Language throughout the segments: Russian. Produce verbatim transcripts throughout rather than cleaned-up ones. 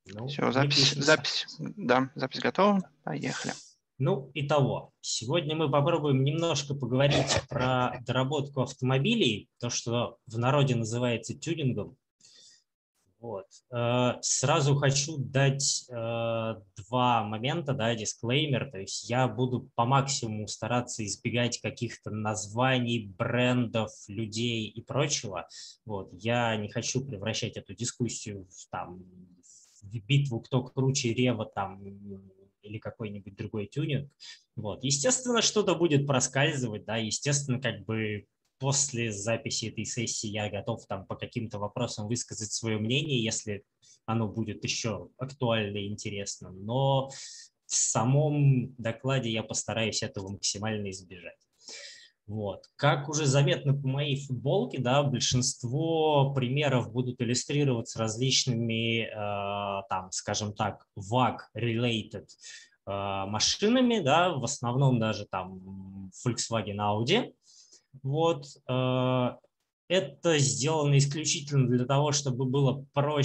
Ну, Все, запись, пишемся. запись, да, запись готова. Поехали. Ну, итого, сегодня мы попробуем немножко поговорить про доработку автомобилей, то, что в народе называется тюнингом. Вот. Э, Сразу хочу дать э, два момента, да, дисклеймер, то есть я буду по максимуму стараться избегать каких-то названий, брендов, людей и прочего. Вот. Я не хочу превращать эту дискуссию в, там, в битву, кто круче Рева там, или какой-нибудь другой тюнинг. Вот. Естественно, что-то будет проскальзывать, да, естественно, как бы после записи этой сессии я готов там по каким-то вопросам высказать свое мнение, если оно будет еще актуально и интересно. Но в самом докладе я постараюсь этого максимально избежать. Вот. Как уже заметно по моей футболке, да, большинство примеров будут иллюстрироваться различными, э, там, скажем так, ваг-related э, машинами, да, в основном даже там Volkswagen Audi. Вот. Это сделано исключительно для того, чтобы было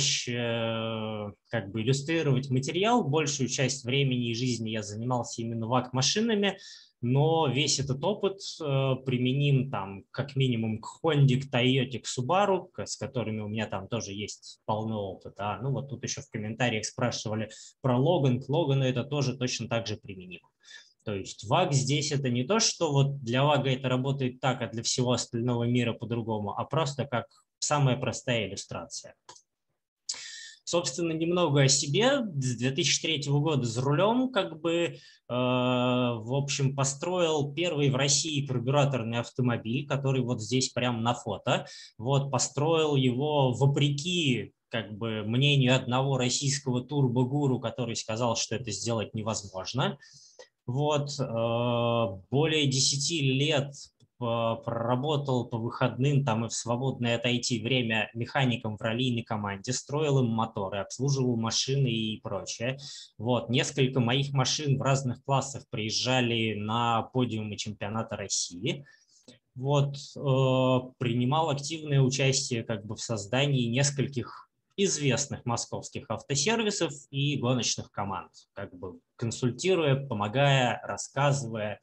проще как бы иллюстрировать материал. Большую часть времени и жизни я занимался именно ваг-машинами, но весь этот опыт применим там как минимум к Honda, к Toyota, к Subaru, с которыми у меня там тоже есть полный опыт. А, ну вот тут еще в комментариях спрашивали про Logan. К Logan это тоже точно так же применимо. То есть ваг здесь это не то, что вот для вага это работает так, а для всего остального мира по-другому, а просто как самая простая иллюстрация. Собственно, немного о себе. С две тысячи третьего года за рулем, как бы, э, в общем, построил первый в России карбюраторный автомобиль, который вот здесь прямо на фото. Вот, построил его вопреки как бы мнению одного российского турбогуру, который сказал, что это сделать невозможно. Вот, более десяти лет проработал по выходным там и в свободное от ай ти время механиком в раллийной команде, строил им моторы, обслуживал машины и прочее. Вот, несколько моих машин в разных классах приезжали на подиумы чемпионата России. Вот, принимал активное участие как бы в создании нескольких известных московских автосервисов и гоночных команд, как бы консультируя, помогая, рассказывая.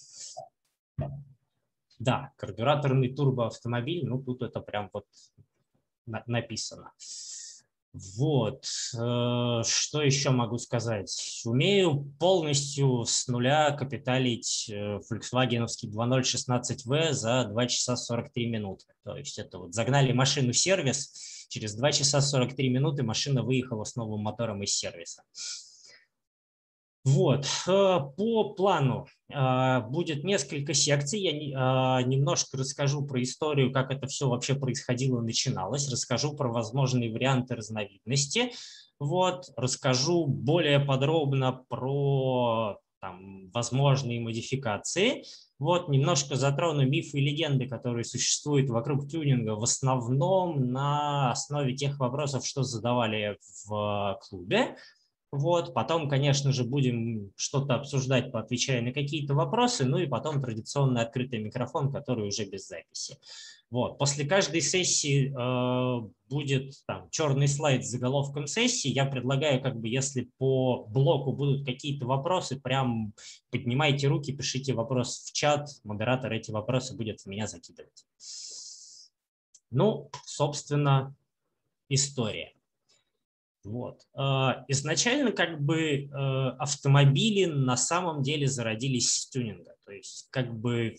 Да, карбюраторный турбоавтомобиль, ну тут это прям вот написано. Вот, что еще могу сказать? Умею полностью с нуля капиталить Volkswagen-овский два ноль шестнадцать вэ за два часа сорок три минуты. То есть это вот загнали машину в сервис, через два часа сорок три минуты машина выехала с новым мотором из сервиса. Вот, по плану будет несколько секций. Я немножко расскажу про историю, как это все вообще происходило и начиналось. Расскажу про возможные варианты разновидности. Вот, расскажу более подробно про там, возможные модификации. Вот, немножко затрону мифы и легенды, которые существуют вокруг тюнинга, в основном на основе тех вопросов, что задавали в клубе. Вот, потом, конечно же, будем что-то обсуждать, поотвечая на какие-то вопросы, ну и потом традиционный открытый микрофон, который уже без записи. Вот, после каждой сессии э, будет там черный слайд с заголовком сессии. Я предлагаю, как бы, если по блоку будут какие-то вопросы, прям поднимайте руки, пишите вопрос в чат, модератор эти вопросы будет в меня закидывать. Ну, собственно, история. Вот. Изначально как бы автомобили на самом деле зародились с тюнинга. То есть как бы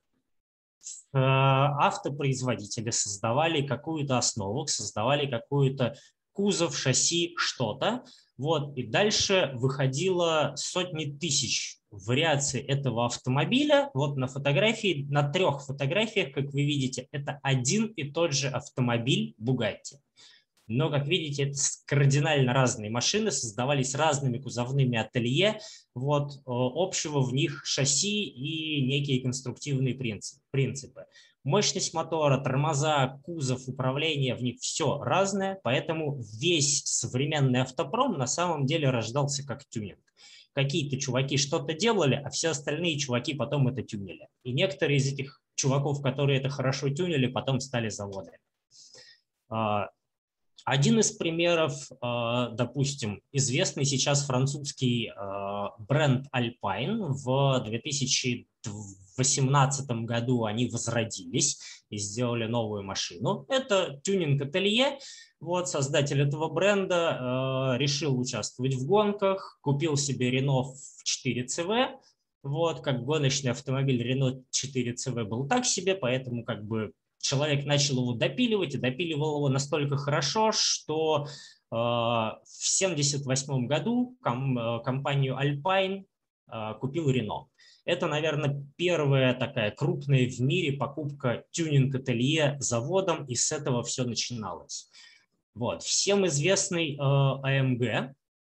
автопроизводители создавали какую-то основу, создавали какую-то кузов, шасси, что-то. Вот. И дальше выходило сотни тысяч вариаций этого автомобиля. Вот на фотографии, на трех фотографиях, как вы видите, это один и тот же автомобиль Bugatti. Но, как видите, это кардинально разные машины, создавались разными кузовными ателье. Вот, общего в них шасси и некие конструктивные принципы. Мощность мотора, тормоза, кузов, управление, в них все разное, поэтому весь современный автопром на самом деле рождался как тюнинг. Какие-то чуваки что-то делали, а все остальные чуваки потом это тюнили. И некоторые из этих чуваков, которые это хорошо тюнили, потом стали заводами. Один из примеров, допустим, известный сейчас французский бренд Alpine. В две тысячи восемнадцатом году они возродились и сделали новую машину. Это тюнинг-ателье. Вот создатель этого бренда решил участвовать в гонках, купил себе Renault четыре си ви. Вот, как гоночный автомобиль Renault четыре си ви был так себе, поэтому как бы человек начал его допиливать и допиливал его настолько хорошо, что э, в семьдесят восьмом году ком, э, компанию Alpine э, купил Renault. Это, наверное, первая такая крупная в мире покупка тюнинг-ателье заводом, и с этого все начиналось. Вот. Всем известный э, а эм гэ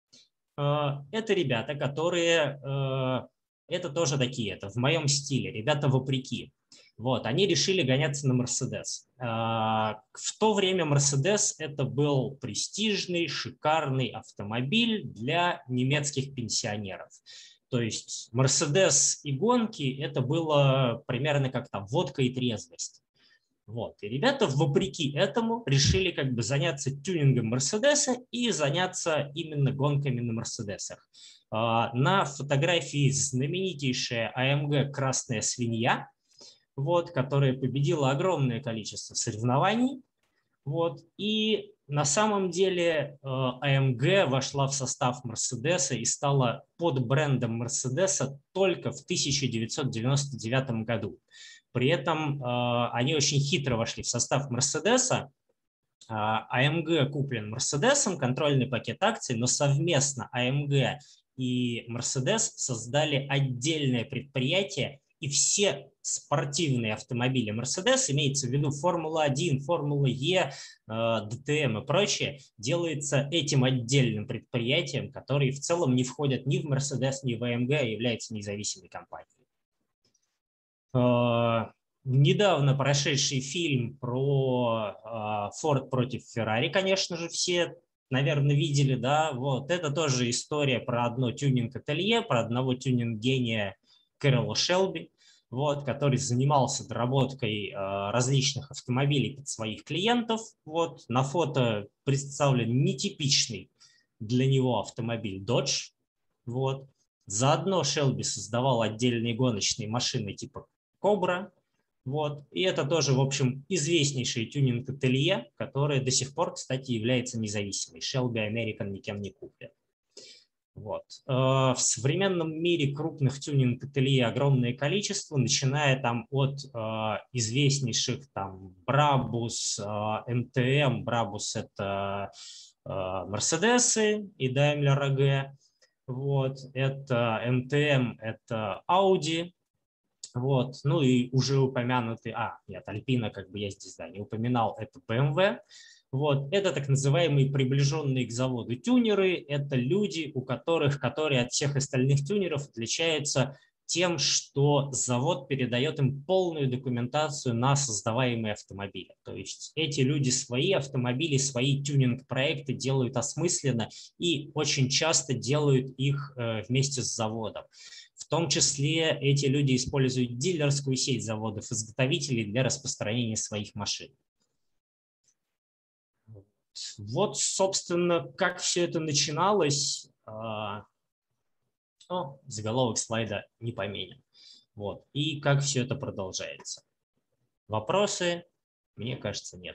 э, – это ребята, которые… Э, это тоже такие, это в моем стиле, ребята вопреки. Вот, они решили гоняться на Мерседес. В то время Мерседес – это был престижный, шикарный автомобиль для немецких пенсионеров. То есть Мерседес и гонки – это было примерно как там водка и трезвость. Вот. И ребята, вопреки этому, решили как бы заняться тюнингом Мерседеса и заняться именно гонками на Мерседесах. На фотографии знаменитейшая а эм гэ «Красная свинья», вот, которая победила огромное количество соревнований. Вот, и на самом деле а эм гэ вошла в состав Мерседеса и стала под брендом Мерседеса только в тысяча девятьсот девяносто девятом году. При этом э, они очень хитро вошли в состав Мерседеса. а эм гэ куплен Мерседесом, контрольный пакет акций, но совместно а эм гэ и Мерседес создали отдельное предприятие, и все спортивные автомобили Мерседес, имеется в виду Формула один, Формула Е, дэ тэ эм и прочее, делается этим отдельным предприятием, которые в целом не входят ни в Мерседес, ни в а эм гэ, а являются независимой компанией. Недавно прошедший фильм про Форд против Феррари, конечно же, все, наверное, видели, да, вот, это тоже история про одно тюнинг-ателье, про одного тюнинг-гения Кэрролла Шелби, вот, который занимался доработкой различных автомобилей под своих клиентов. Вот, на фото представлен нетипичный для него автомобиль Dodge. Вот. Заодно Шелби создавал отдельные гоночные машины типа Кобра. Вот. И это тоже, в общем, известнейшее тюнинг-ателье, которое до сих пор, кстати, является независимой. Shelby American никем не куплен. Вот. В современном мире крупных тюнинг-ателье огромное количество, начиная там от известнейших там Brabus, эм тэ эм. Brabus – это Мерседесы и Daimler а джи. Вот. Это эм тэ эм – это Audi. Вот, ну и уже упомянутый, а, нет, Альпина, как бы я здесь, да, не упоминал, это бэ эм вэ. Вот, это так называемые приближенные к заводу тюнеры, это люди, у которых, которые от всех остальных тюнеров отличаются тем, что завод передает им полную документацию на создаваемые автомобили. То есть эти люди свои автомобили, свои тюнинг-проекты делают осмысленно и очень часто делают их вместе с заводом. В том числе эти люди используют дилерскую сеть заводов-изготовителей для распространения своих машин. Вот, собственно, как все это начиналось. О, заголовок слайда не поменен. Вот. И как все это продолжается. Вопросы? Мне кажется, нет.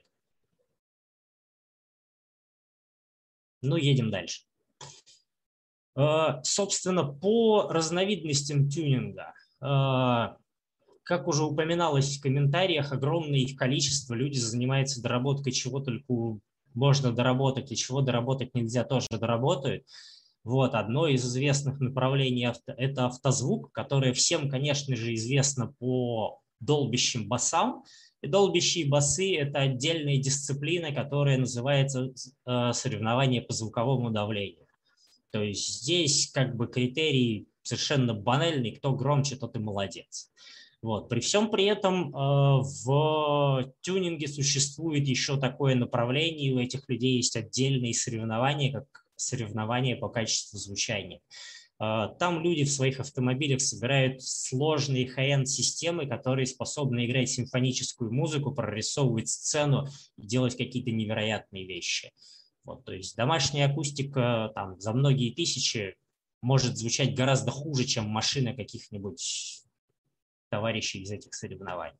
Ну, едем дальше. Собственно, по разновидностям тюнинга. Как уже упоминалось в комментариях, огромное их количество. Люди занимаются доработкой, чего только можно доработать, и чего доработать нельзя, тоже доработают. Вот, одно из известных направлений – это автозвук, которое всем, конечно же, известно по долбящим басам. И долбящие басы – это отдельная дисциплина, которая называется соревнование по звуковому давлению. То есть здесь как бы критерий совершенно банальный: кто громче, тот и молодец. Вот. При всем при этом э, в тюнинге существует еще такое направление, у этих людей есть отдельные соревнования, как соревнования по качеству звучания. Там люди в своих автомобилях собирают сложные хай-энд системы, которые способны играть симфоническую музыку, прорисовывать сцену и делать какие-то невероятные вещи. Вот, то есть домашняя акустика там, за многие тысячи может звучать гораздо хуже, чем машина каких-нибудь товарищей из этих соревнований.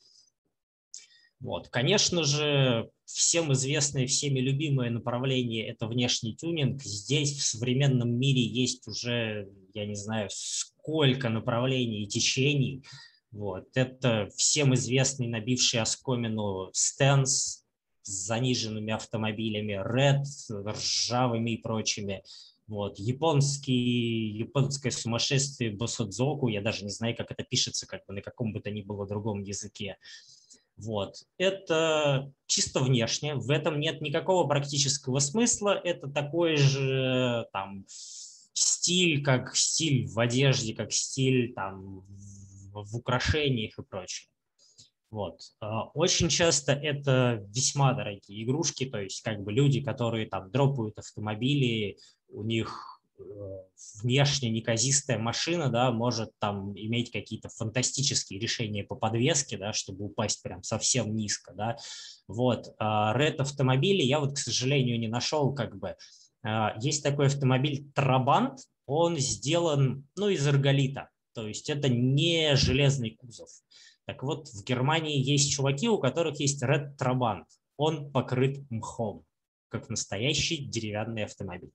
Вот. Конечно же, всем известное, всеми любимое направление – это внешний тюнинг. Здесь в современном мире есть уже, я не знаю, сколько направлений и течений. Вот. Это всем известный, набивший оскомину Stance с заниженными автомобилями, Red, ржавыми и прочими. Вот. Японский, японское сумасшествие Босодзоку, я даже не знаю, как это пишется, как бы на каком бы то ни было другом языке. Вот. Это чисто внешне, в этом нет никакого практического смысла, это такой же там, стиль, как стиль в одежде, как стиль там, в, в украшениях и прочее. Вот. Очень часто это весьма дорогие игрушки, то есть как бы люди, которые там дропают автомобили, у них внешне неказистая машина, да, может там иметь какие-то фантастические решения по подвеске, да, чтобы упасть прям совсем низко, да. Вот. Red автомобили я вот, к сожалению, не нашел, как бы. Есть такой автомобиль Trabant, он сделан, ну, из эрголита, то есть это не железный кузов. Так вот, в Германии есть чуваки, у которых есть Red Trabant, он покрыт мхом, как настоящий деревянный автомобиль.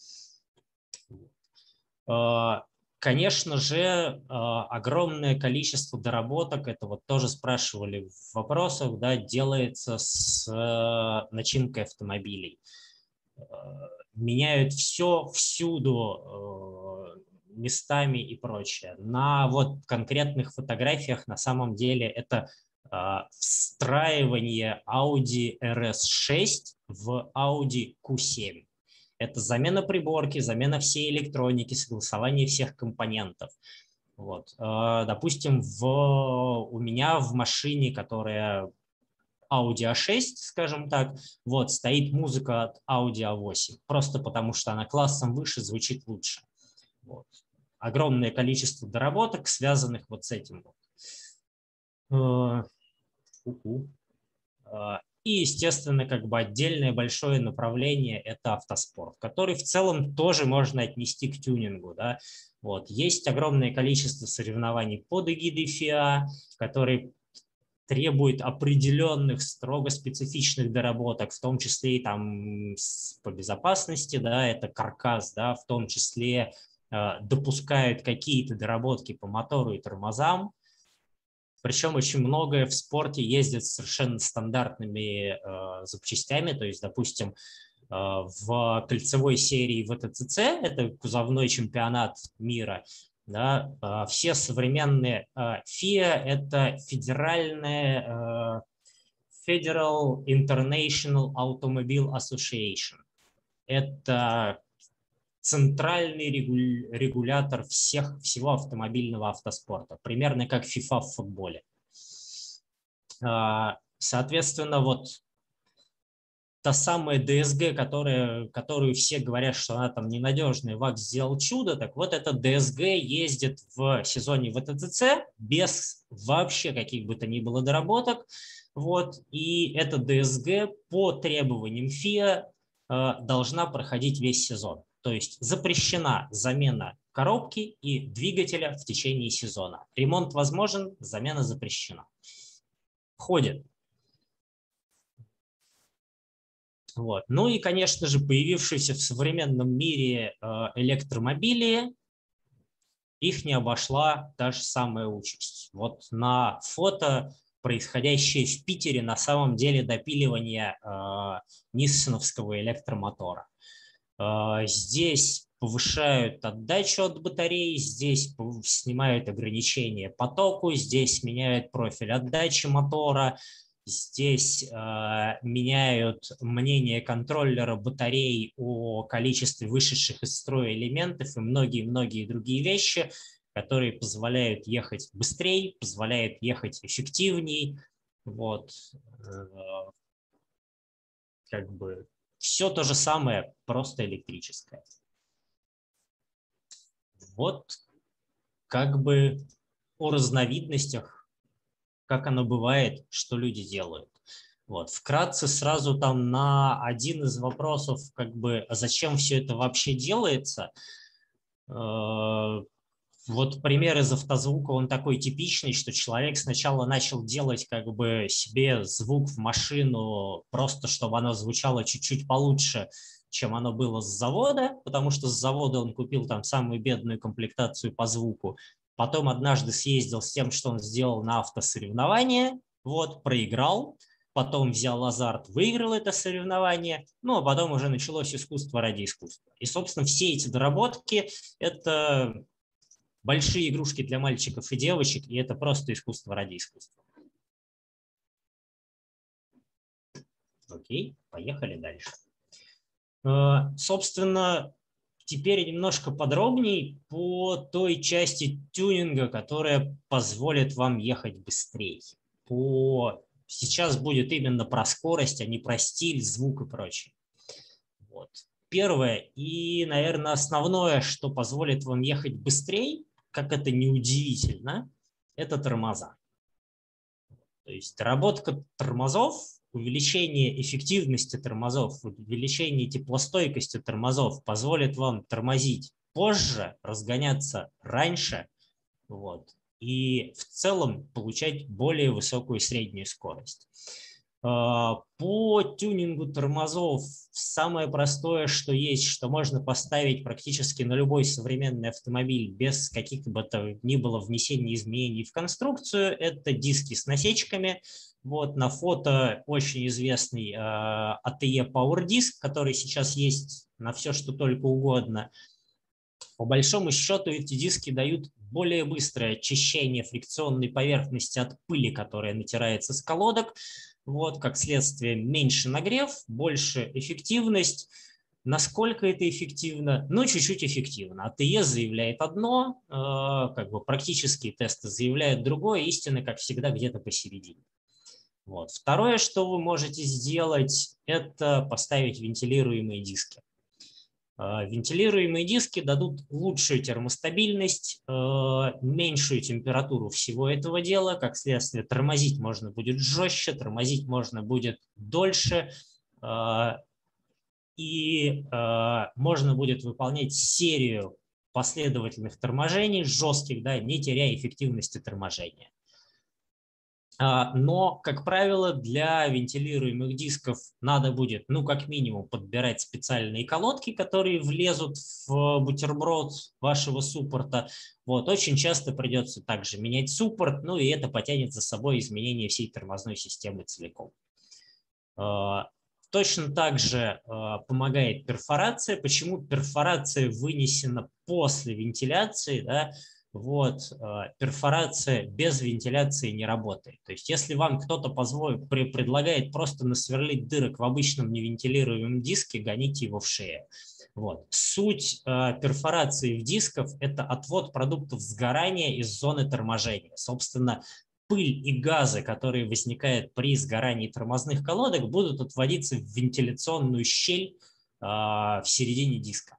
Конечно же, огромное количество доработок, это вот тоже спрашивали в вопросах, да, делается с начинкой автомобилей. Меняют все всюду, местами и прочее. На вот конкретных фотографиях на самом деле это встраивание Audi эр эс шесть в Audi кью семь. Это замена приборки, замена всей электроники, согласование всех компонентов. Вот. Допустим, в, у меня в машине, которая Audi а шесть, скажем так, вот, стоит музыка от Audi а восемь, просто потому что она классом выше звучит лучше. Вот. Огромное количество доработок, связанных вот с этим. Вот. У-у. И, естественно, как бы отдельное большое направление – это автоспорт, который в целом тоже можно отнести к тюнингу. Да? Вот. Есть огромное количество соревнований под эгидой эф и эй, которые требуют определенных строго специфичных доработок, в том числе и там по безопасности, да, это каркас, да, в том числе э, допускают какие-то доработки по мотору и тормозам. Причем очень многое в спорте ездит с совершенно стандартными э, запчастями, то есть, допустим, э, в кольцевой серии ви ти си си, это кузовной чемпионат мира, да, э, все современные э, эф и эй – это федеральная э, Federal International Automobile Association. Это центральный регулятор всех, всего автомобильного автоспорта, примерно как FIFA в футболе. Соответственно, вот та самая ди эс джи, которая, которую все говорят, что она там ненадежная, ВАКС сделал чудо, так вот эта ди эс джи ездит в сезоне ви ти си си без вообще каких бы то ни было доработок, вот, и эта ди эс джи по требованиям эф и эй должна проходить весь сезон. То есть запрещена замена коробки и двигателя в течение сезона. Ремонт возможен, замена запрещена. Ходит. Вот. Ну и, конечно же, появившиеся в современном мире электромобили, их не обошла та же самая участь. Вот на фото, происходящее в Питере, на самом деле допиливание ниссановского электромотора. Здесь повышают отдачу от батареи, здесь снимают ограничения потоку, здесь меняют профиль отдачи мотора, здесь э, меняют мнение контроллера батареи о количестве вышедших из строя элементов и многие-многие другие вещи, которые позволяют ехать быстрее, позволяют ехать эффективней. Вот. Э, как бы все то же самое, просто электрическое. Вот как бы о разновидностях, как оно бывает, что люди делают. Вот. Вкратце сразу там на один из вопросов, как бы, а зачем все это вообще делается, вот пример из автозвука, он такой типичный, что человек сначала начал делать как бы себе звук в машину, просто чтобы оно звучало чуть-чуть получше, чем оно было с завода, потому что с завода он купил там самую бедную комплектацию по звуку. Потом однажды съездил с тем, что он сделал на автосоревнование, вот, проиграл, потом взял азарт, выиграл это соревнование, ну, а потом уже началось искусство ради искусства. И, собственно, все эти доработки – это большие игрушки для мальчиков и девочек, и это просто искусство ради искусства. Окей, поехали дальше. Собственно, теперь немножко подробнее по той части тюнинга, которая позволит вам ехать быстрее. По... Сейчас будет именно про скорость, а не про стиль, звук и прочее. Вот. Первое и, наверное, основное, что позволит вам ехать быстрее, как это ни удивительно, это тормоза. То есть доработка тормозов, увеличение эффективности тормозов, увеличение теплостойкости тормозов позволит вам тормозить позже, разгоняться раньше, вот, и в целом получать более высокую среднюю скорость. По тюнингу тормозов самое простое, что есть, что можно поставить практически на любой современный автомобиль без каких бы то ни было внесения изменений в конструкцию, это диски с насечками. Вот на фото очень известный э, эй ти и Power Disc, который сейчас есть на все, что только угодно. По большому счету эти диски дают более быстрое очищение фрикционной поверхности от пыли, которая натирается с колодок. Вот, как следствие, меньше нагрев, больше эффективность. Насколько это эффективно? Ну, чуть-чуть эффективно. эй ти и заявляет одно, э, как бы практические тесты заявляют другое, истина, как всегда, где-то посередине. Вот. Второе, что вы можете сделать, это поставить вентилируемые диски. Вентилируемые диски дадут лучшую термостабильность, меньшую температуру всего этого дела. Как следствие, тормозить можно будет жестче, тормозить можно будет дольше, и можно будет выполнять серию последовательных торможений, жестких, да, не теряя эффективности торможения. Но, как правило, для вентилируемых дисков надо будет, ну, как минимум, подбирать специальные колодки, которые влезут в бутерброд вашего суппорта. Вот. Очень часто придется также менять суппорт, ну, и это потянет за собой изменение всей тормозной системы целиком. Точно так же помогает перфорация. Почему перфорация вынесена после вентиляции, да? Вот, перфорация без вентиляции не работает. То есть если вам кто-то позволит, предлагает просто насверлить дырок в обычном невентилируемом диске, гоните его в шею. Вот. Суть перфорации в дисках – это отвод продуктов сгорания из зоны торможения. Собственно, пыль и газы, которые возникают при сгорании тормозных колодок, будут отводиться в вентиляционную щель в середине диска.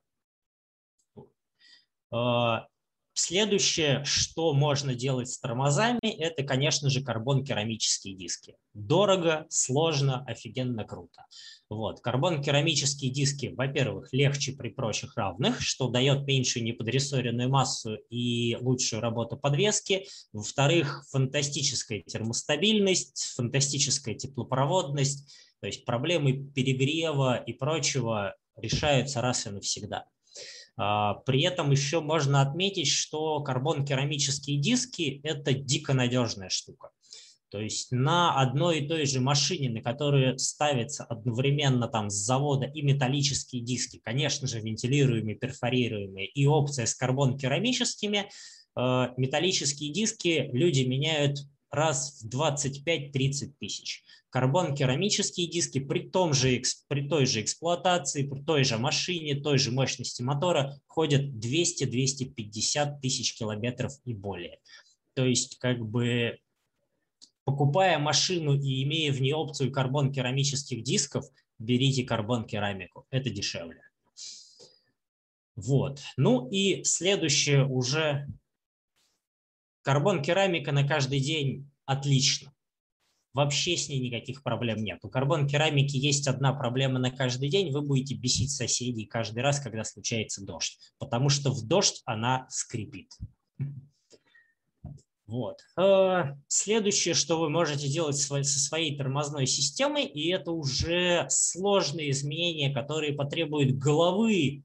Следующее, что можно делать с тормозами, это, конечно же, карбон-керамические диски. Дорого, сложно, офигенно круто. Вот. Карбон-керамические диски, во-первых, легче при прочих равных, что дает меньшую неподрессоренную массу и лучшую работу подвески. Во-вторых, фантастическая термостабильность, фантастическая теплопроводность. То есть проблемы перегрева и прочего решаются раз и навсегда. При этом еще можно отметить, что карбон-керамические диски – это дико надежная штука. То есть на одной и той же машине, на которую ставятся одновременно там с завода и металлические диски, конечно же, вентилируемые, перфорируемые, и опция с карбон-керамическими, металлические диски люди меняют раз в двадцать пять — тридцать тысяч. Карбон-керамические диски при, том же, при той же эксплуатации, при той же машине, той же мощности мотора ходят двести — двести пятьдесят тысяч километров и более. То есть, как бы, покупая машину и имея в ней опцию карбон-керамических дисков, берите карбон-керамику. Это дешевле. Вот. Ну и следующее уже карбон-керамика на каждый день отлично. Вообще с ней никаких проблем нет. У карбон-керамики есть одна проблема на каждый день. Вы будете бесить соседей каждый раз, когда случается дождь. Потому что в дождь она скрипит. Вот. Следующее, что вы можете делать со своей тормозной системой, и это уже сложные изменения, которые потребуют головы.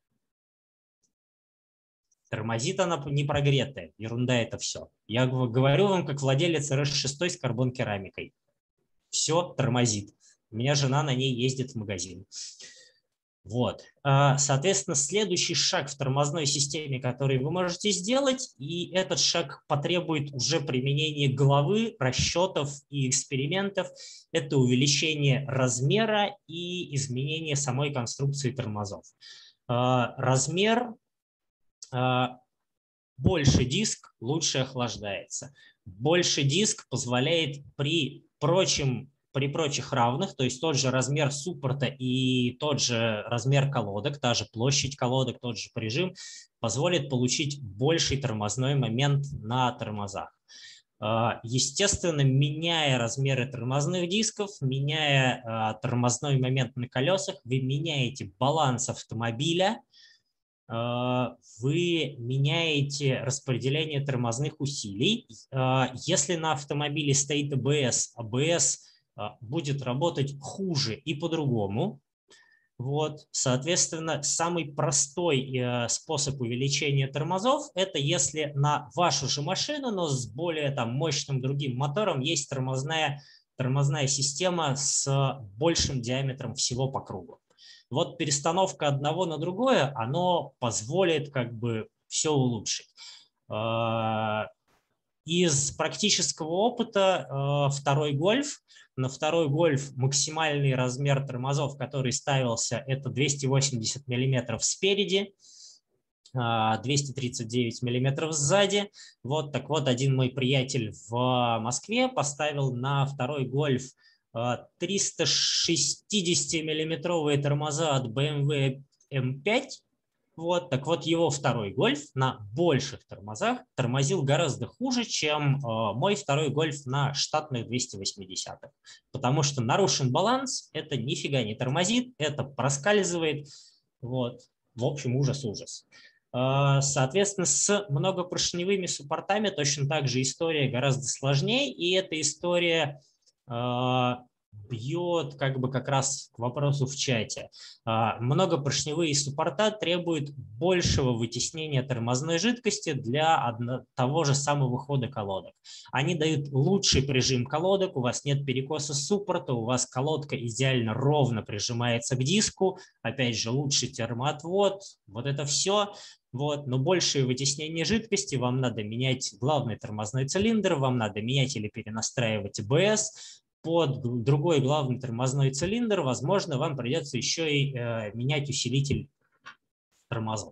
Тормозит она не прогретая. Ерунда это все. Я говорю вам, как владелец эр эс шесть с карбон-керамикой. Все тормозит. У меня жена на ней ездит в магазин. Вот. Соответственно, следующий шаг в тормозной системе, который вы можете сделать, и этот шаг потребует уже применения головы, расчетов и экспериментов, это увеличение размера и изменение самой конструкции тормозов. Размер больше диск, лучше охлаждается. Больше диск позволяет при прочем при прочих равных, то есть тот же размер суппорта и тот же размер колодок, та же площадь колодок, тот же прижим, позволит получить больший тормозной момент на тормозах. Естественно, меняя размеры тормозных дисков, меняя тормозной момент на колесах, вы меняете баланс автомобиля, вы меняете распределение тормозных усилий. Если на автомобиле стоит а бэ эс, а бэ эс будет работать хуже и по-другому. Вот. Соответственно, самый простой способ увеличения тормозов – это если на вашу же машину, но с более там, мощным другим мотором, есть тормозная, тормозная система с большим диаметром всего по кругу. Вот перестановка одного на другое, оно позволит как бы все улучшить. Из практического опыта второй гольф. На второй гольф максимальный размер тормозов, который ставился, это двести восемьдесят миллиметров спереди, двести тридцать девять миллиметров сзади. Вот так вот один мой приятель в Москве поставил на второй гольф триста шестидесятимиллиметровые тормоза от бэ эм вэ эм пять. Вот, так вот его второй гольф на больших тормозах тормозил гораздо хуже, чем э, мой второй гольф на штатных двухсот восьмидесятых. Потому что нарушен баланс, это нифига не тормозит, это проскальзывает. Вот. В общем, ужас-ужас. Э, соответственно, с многопоршневыми суппортами точно так же история гораздо сложнее, и эта история э, бьет как бы как раз к вопросу в чате. Многопоршневые суппорта требуют большего вытеснения тормозной жидкости для одно, того же самого хода колодок. Они дают лучший прижим колодок, у вас нет перекоса суппорта, у вас колодка идеально ровно прижимается к диску, опять же лучший термоотвод, вот это все. Вот, но большее вытеснение жидкости, вам надо менять главный тормозной цилиндр, вам надо менять или перенастраивать а бэ эс, под другой главный тормозной цилиндр, возможно, вам придется еще и э, менять усилитель тормозов.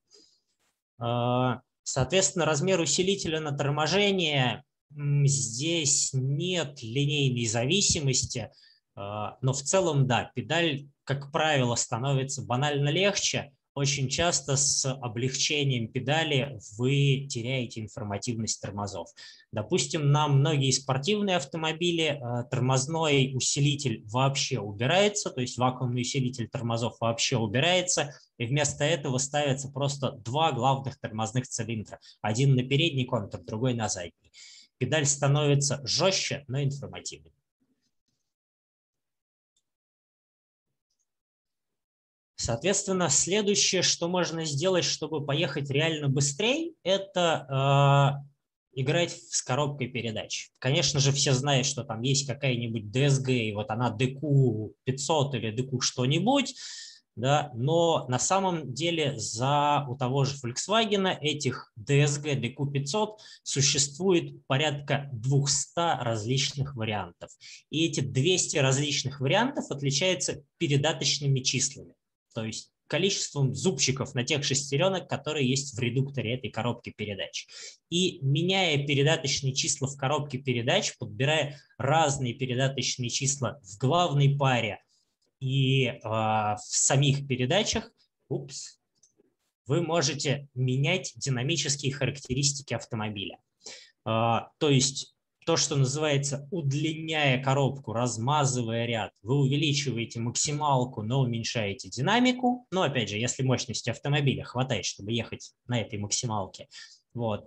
Э, соответственно, размер усилителя на торможение, здесь нет линейной зависимости, э, но в целом, да, педаль, как правило, становится банально легче. Очень часто с облегчением педали вы теряете информативность тормозов. Допустим, на многие спортивные автомобили тормозной усилитель вообще убирается, то есть вакуумный усилитель тормозов вообще убирается, и вместо этого ставятся просто два главных тормозных цилиндра. Один на передний контур, другой на задний. Педаль становится жестче, но информативнее. Соответственно, следующее, что можно сделать, чтобы поехать реально быстрее, это э, играть с коробкой передач. Конечно же, все знают, что там есть какая-нибудь ди эс джи, и вот она ди кью пятьсот или ди кью что-нибудь, да, но на самом деле за, у того же Volkswagen этих ди эс джи, ди кью пятьсот существует порядка двухсот различных вариантов. И эти двести различных вариантов отличаются передаточными числами. То есть количеством зубчиков на тех шестеренок, которые есть в редукторе этой коробки передач. И меняя передаточные числа в коробке передач, подбирая разные передаточные числа в главной паре и э, в самих передачах, упс, вы можете менять динамические характеристики автомобиля. То есть то, что называется удлиняя коробку, размазывая ряд, вы увеличиваете максималку, но уменьшаете динамику. Но опять же, если мощности автомобиля хватает, чтобы ехать на этой максималке, вот,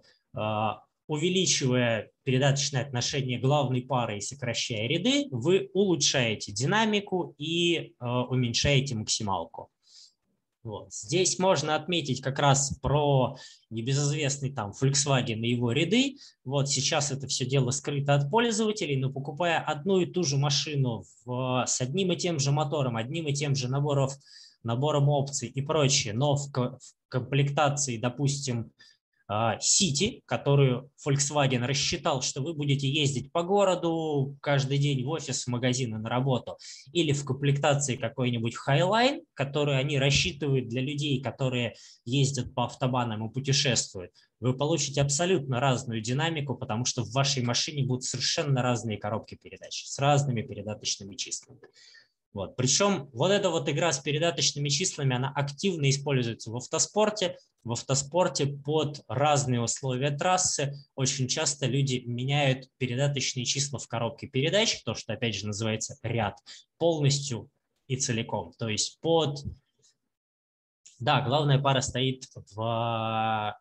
увеличивая передаточное отношение главной пары и сокращая ряды, вы улучшаете динамику и уменьшаете максималку. Вот. Здесь можно отметить как раз про небезызвестный там Volkswagen и его ряды. Вот сейчас это все дело скрыто от пользователей, но покупая одну и ту же машину в, с одним и тем же мотором, одним и тем же набором, набором опций и прочее, но в, в комплектации, допустим, City, которую Volkswagen рассчитал, что вы будете ездить по городу каждый день в офис, в магазин и на работу, или в комплектации какой-нибудь Highline, которую они рассчитывают для людей, которые ездят по автобанам и путешествуют, вы получите абсолютно разную динамику, потому что в вашей машине будут совершенно разные коробки передач с разными передаточными числами. Вот. Причем вот эта вот игра с передаточными числами, она активно используется в автоспорте. В автоспорте под разные условия трассы очень часто люди меняют передаточные числа в коробке передач, то, что опять же называется ряд, полностью и целиком. То есть под... Да, главная пара стоит в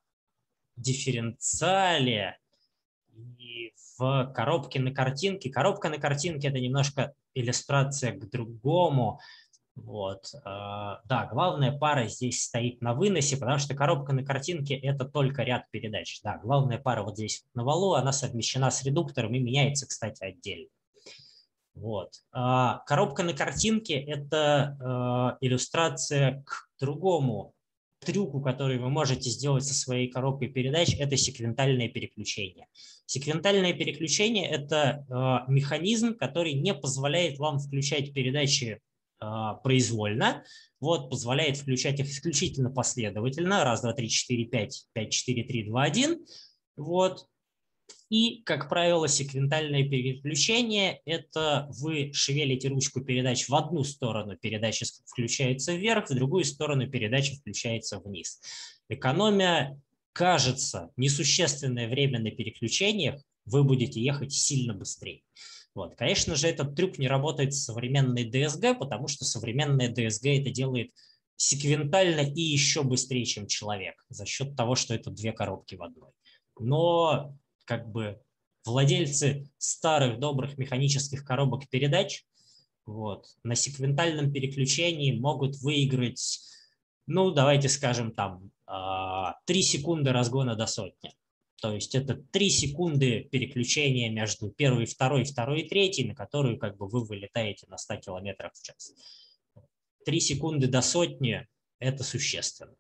дифференциале и в коробке на картинке. Коробка на картинке – это немножко иллюстрация к другому. Вот. Да, главная пара здесь стоит на выносе, потому что коробка на картинке – это только ряд передач. Да, главная пара вот здесь на валу, она совмещена с редуктором и меняется, кстати, отдельно. Вот. Коробка на картинке – это иллюстрация к другому трюку, который вы можете сделать со своей коробкой передач, это секвентальное переключение. Секвентальное переключение – это э, механизм, который не позволяет вам включать передачи э, произвольно, вот, позволяет включать их исключительно последовательно, раз, два, три, четыре, пять, пять, четыре, три, два, один, вот. И, как правило, секвентальное переключение – это вы шевелите ручку передач в одну сторону, передача включается вверх, в другую сторону передача включается вниз. Экономия, кажется, несущественное время на переключениях, вы будете ехать сильно быстрее. Вот. Конечно же, этот трюк не работает с современной ди эс джи, потому что современная ди эс джи это делает секвентально и еще быстрее, чем человек, за счет того, что это две коробки в одной. Но как бы владельцы старых добрых механических коробок передач вот, на секвентальном переключении могут выиграть, ну, давайте скажем, там, три секунды разгона до сотни. То есть это три секунды переключения между первой, второй, второй и третьей, на которую как бы вы вылетаете на ста километрах в час. три секунды до сотни – это существенно.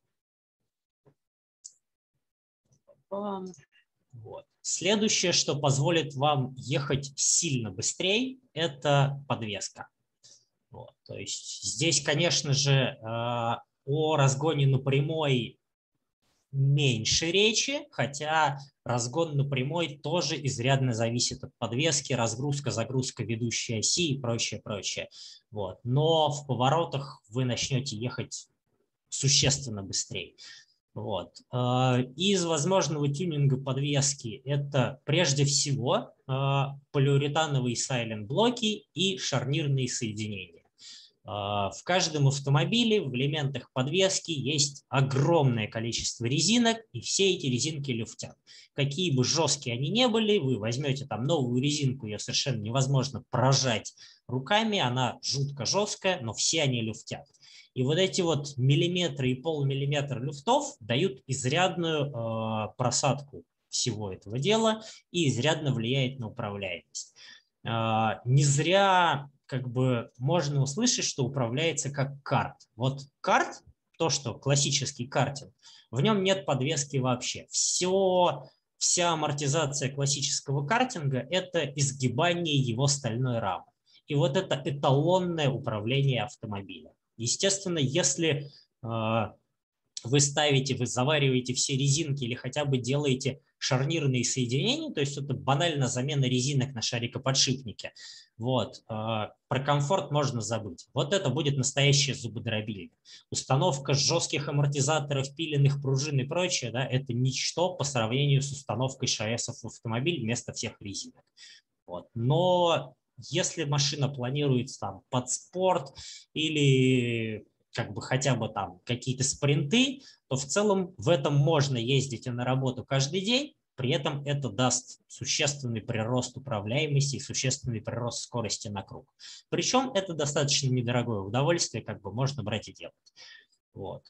Вот. Следующее, что позволит вам ехать сильно быстрее, это подвеска. Вот. То есть здесь, конечно же, о разгоне на прямой меньше речи, хотя разгон на прямой тоже изрядно зависит от подвески, разгрузка, загрузка ведущей оси и прочее, прочее. Вот. Но в поворотах вы начнете ехать существенно быстрее. Вот. Из возможного тюнинга подвески это прежде всего полиуретановые сайлент-блоки и шарнирные соединения. В каждом автомобиле в элементах подвески есть огромное количество резинок, и все эти резинки люфтят. Какие бы жесткие они ни были, вы возьмете там новую резинку, ее совершенно невозможно прожать руками, она жутко жесткая, но все они люфтят. И вот эти вот миллиметры и полмиллиметра люфтов дают изрядную э, просадку всего этого дела и изрядно влияет на управляемость. Э, не зря как бы можно услышать, что управляется как карт. Вот карт, то, что классический картинг, в нем нет подвески вообще. Все, вся амортизация классического картинга – это изгибание его стальной рамы. И вот это эталонное управление автомобилем. Естественно, если э, вы ставите, вы завариваете все резинки или хотя бы делаете шарнирные соединения, то есть это банально замена резинок на шарикоподшипнике. Вот. Про комфорт можно забыть. Вот это будет настоящее зубодробильня. Установка жестких амортизаторов, пиленных пружин и прочее, да, это ничто по сравнению с установкой ШАЭСов в автомобиль вместо всех резинок. Вот. Но если машина планируется там под спорт или как бы хотя бы там какие-то спринты, то в целом в этом можно ездить и на работу каждый день. При этом это даст существенный прирост управляемости и существенный прирост скорости на круг. Причем это достаточно недорогое удовольствие, как бы можно брать и делать. Вот.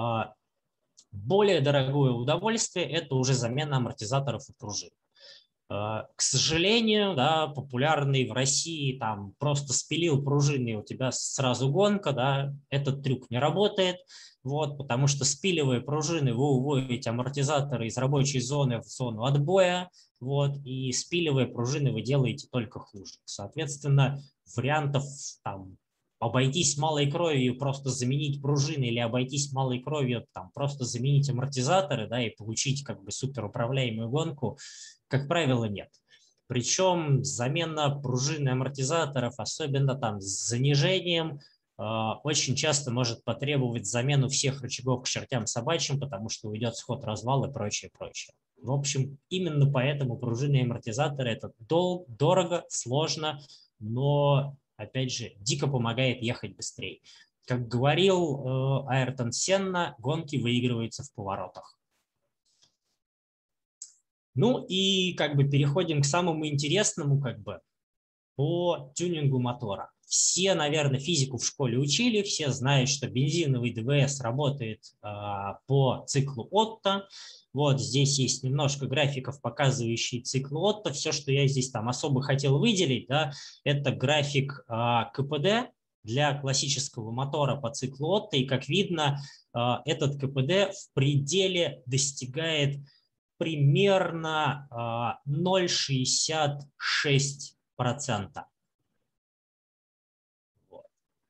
Более дорогое удовольствие – это уже замена амортизаторов и пружин. К сожалению, да, популярный в России, там просто спилил пружины, и у тебя сразу гонка, да, этот трюк не работает, вот, потому что спиливая пружины, вы уводите амортизаторы из рабочей зоны в зону отбоя, вот, и спиливая пружины вы делаете только хуже. Соответственно, вариантов там обойтись малой кровью, просто заменить пружины, или обойтись малой кровью, там, просто заменить амортизаторы, да, и получить как бы суперуправляемую гонку, как правило, нет. Причем замена пружин и амортизаторов, особенно там с занижением, очень часто может потребовать замену всех рычагов к чертям собачьим, потому что уйдет сход, развал и прочее, прочее. В общем, именно поэтому пружины и амортизаторы – это дол- дорого, сложно, но, опять же, дико помогает ехать быстрее. Как говорил э, Айртон Сенна, гонки выигрываются в поворотах. Ну и как бы переходим к самому интересному как бы по тюнингу мотора. Все, наверное, физику в школе учили, все знают, что бензиновый ДВС работает а, по циклу Отто. Вот здесь есть немножко графиков, показывающих цикл Отто. Все, что я здесь там особо хотел выделить, да, это график а, КПД для классического мотора по циклу Отто. И как видно, а, этот КПД в пределе достигает примерно ноль целых шестьдесят шесть сотых процента. Вот.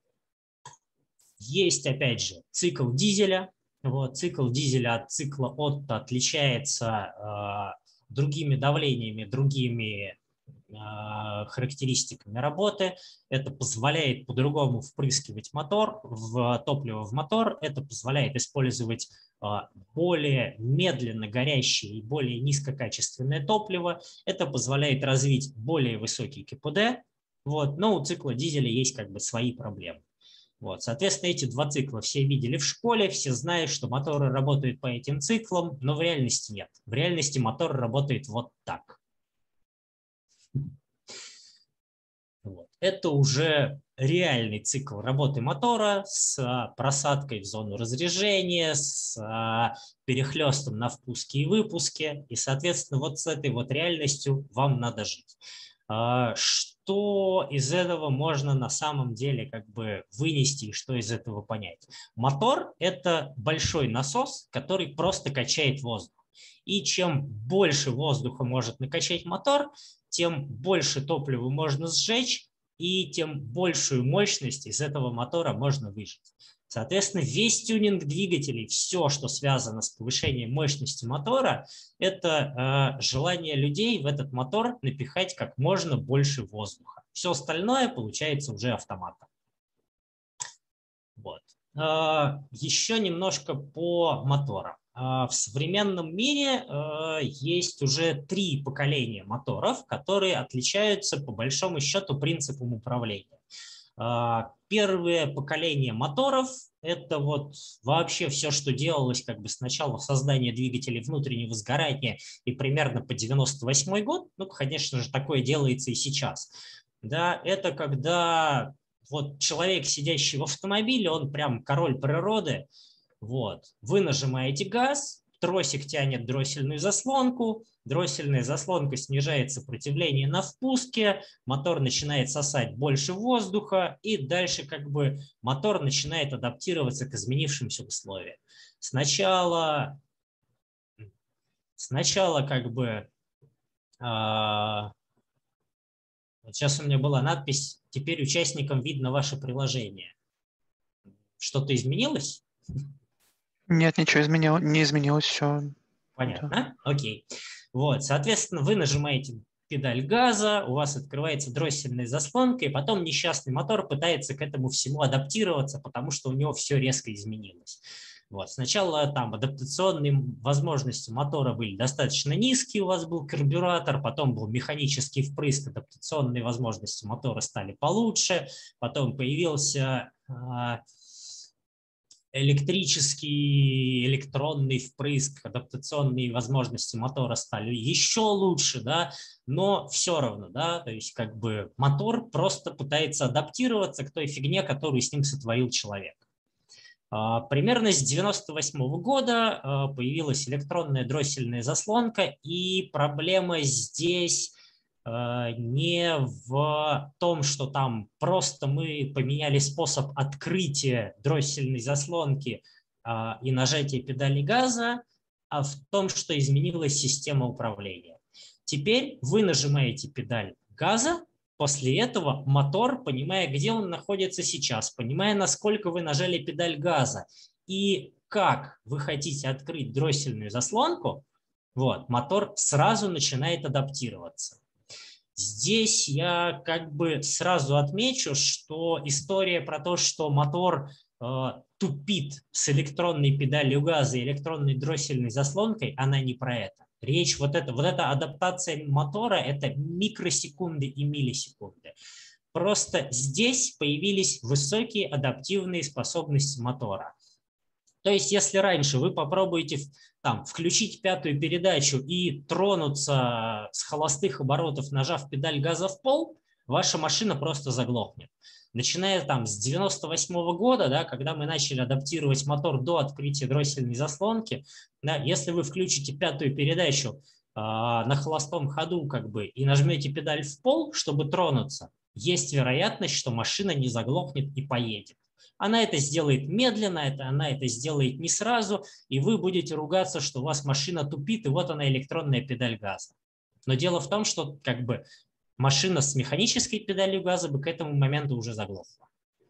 Есть, опять же, цикл дизеля. Вот, цикл дизеля от цикла Отто отличается э, другими давлениями, другими э, характеристиками работы. Это позволяет по-другому впрыскивать мотор, в топливо в мотор. Это позволяет использовать более медленно горящее и более низкокачественное топливо. Это позволяет развить более высокий КПД. Вот. Но у цикла дизеля есть как бы свои проблемы. Вот. Соответственно, эти два цикла все видели в школе, все знают, что моторы работают по этим циклам, но в реальности нет. В реальности мотор работает вот так. Вот. Это уже реальный цикл работы мотора с просадкой в зону разряжения, с перехлестом на впуске и выпуске. И, соответственно, вот с этой вот реальностью вам надо жить. Что из этого можно на самом деле как бы вынести и что из этого понять? Мотор – это большой насос, который просто качает воздух. И чем больше воздуха может накачать мотор, тем больше топлива можно сжечь, и тем большую мощность из этого мотора можно выжать. Соответственно, весь тюнинг двигателей, все, что связано с повышением мощности мотора, это э, желание людей в этот мотор напихать как можно больше воздуха. Все остальное получается уже автоматом. Вот. Э, еще немножко по моторам. В современном мире есть уже три поколения моторов, которые отличаются по большому счету принципам управления. Первое поколение моторов – это вот вообще все, что делалось как бы с начала создания двигателей внутреннего сгорания и примерно по девяносто восьмой год. Ну, конечно же, такое делается и сейчас. Да, это когда вот человек, сидящий в автомобиле, он прям король природы. Вот. Вы нажимаете газ, тросик тянет дроссельную заслонку, дроссельная заслонка снижает сопротивление на впуске, мотор начинает сосать больше воздуха, и дальше как бы мотор начинает адаптироваться к изменившимся условиям. Сначала, сначала как бы, а, вот сейчас у меня была надпись «Теперь участникам видно ваше приложение». Что-то изменилось? Нет, ничего изменило, не изменилось, все Понятно? Окей. Вот, соответственно, вы нажимаете педаль газа, у вас открывается дроссельная заслонка, и потом несчастный мотор пытается к этому всему адаптироваться, потому что у него все резко изменилось. Вот. Сначала там адаптационные возможности мотора были достаточно низкие, у вас был карбюратор, потом был механический впрыск, адаптационные возможности мотора стали получше, потом появился электрический, электронный впрыск, адаптационные возможности мотора стали еще лучше, да, но все равно, да, то есть как бы мотор просто пытается адаптироваться к той фигне, которую с ним сотворил человек. Примерно с девяносто восьмого года появилась электронная дроссельная заслонка, и проблема здесь не в том, что там просто мы поменяли способ открытия дроссельной заслонки и нажатия педали газа, а в том, что изменилась система управления. Теперь вы нажимаете педаль газа, после этого мотор, понимая, где он находится сейчас, понимая, насколько вы нажали педаль газа и как вы хотите открыть дроссельную заслонку, вот, мотор сразу начинает адаптироваться. Здесь я как бы сразу отмечу, что история про то, что мотор э, тупит с электронной педалью газа и электронной дроссельной заслонкой, она не про это. Речь вот это, вот эта адаптация мотора – это микросекунды и миллисекунды. Просто здесь появились высокие адаптивные способности мотора. То есть, если раньше вы попробуете там, включить пятую передачу и тронуться с холостых оборотов, нажав педаль газа в пол, ваша машина просто заглохнет. Начиная там, с девяносто восьмого года, да, когда мы начали адаптировать мотор до открытия дроссельной заслонки, да, если вы включите пятую передачу э, на холостом ходу как бы, и нажмете педаль в пол, чтобы тронуться, есть вероятность, что машина не заглохнет и поедет. Она это сделает медленно, это, она это сделает не сразу, и вы будете ругаться, что у вас машина тупит, и вот она электронная педаль газа. Но дело в том, что как бы машина с механической педалью газа бы к этому моменту уже заглохла.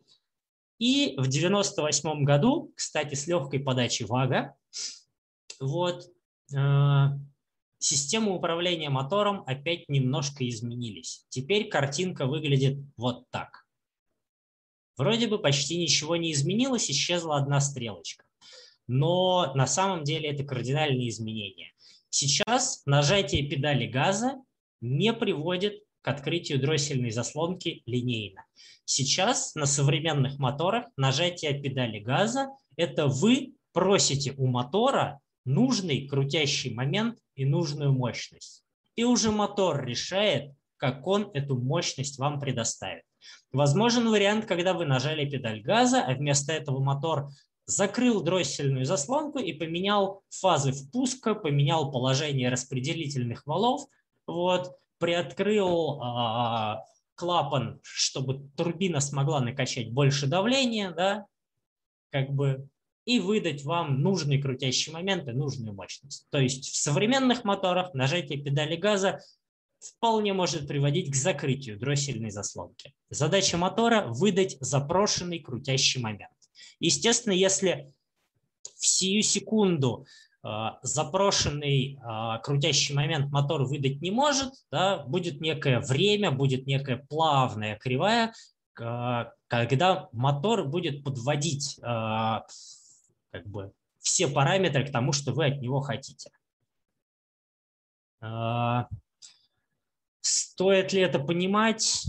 И в девяносто восьмом году, кстати, с легкой подачи ВАГа, вот, э, системы управления мотором опять немножко изменились. Теперь картинка выглядит вот так. Вроде бы почти ничего не изменилось, исчезла одна стрелочка. Но на самом деле это кардинальные изменения. Сейчас нажатие педали газа не приводит к открытию дроссельной заслонки линейно. Сейчас на современных моторах нажатие педали газа – это вы просите у мотора нужный крутящий момент и нужную мощность. И уже мотор решает, как он эту мощность вам предоставит. Возможен вариант, когда вы нажали педаль газа, а вместо этого мотор закрыл дроссельную заслонку и поменял фазы впуска, поменял положение распределительных валов, вот, приоткрыл а, клапан, чтобы турбина смогла накачать больше давления, да, как бы, и выдать вам нужный крутящий момент и нужную мощность. То есть в современных моторах нажатие педали газа вполне может приводить к закрытию дроссельной заслонки. Задача мотора – выдать запрошенный крутящий момент. Естественно, если в сию секунду э, запрошенный э, крутящий момент мотор выдать не может, да, будет некое время, будет некая плавная кривая, э, когда мотор будет подводить э, как бы все параметры к тому, что вы от него хотите. Э, Стоит ли это понимать?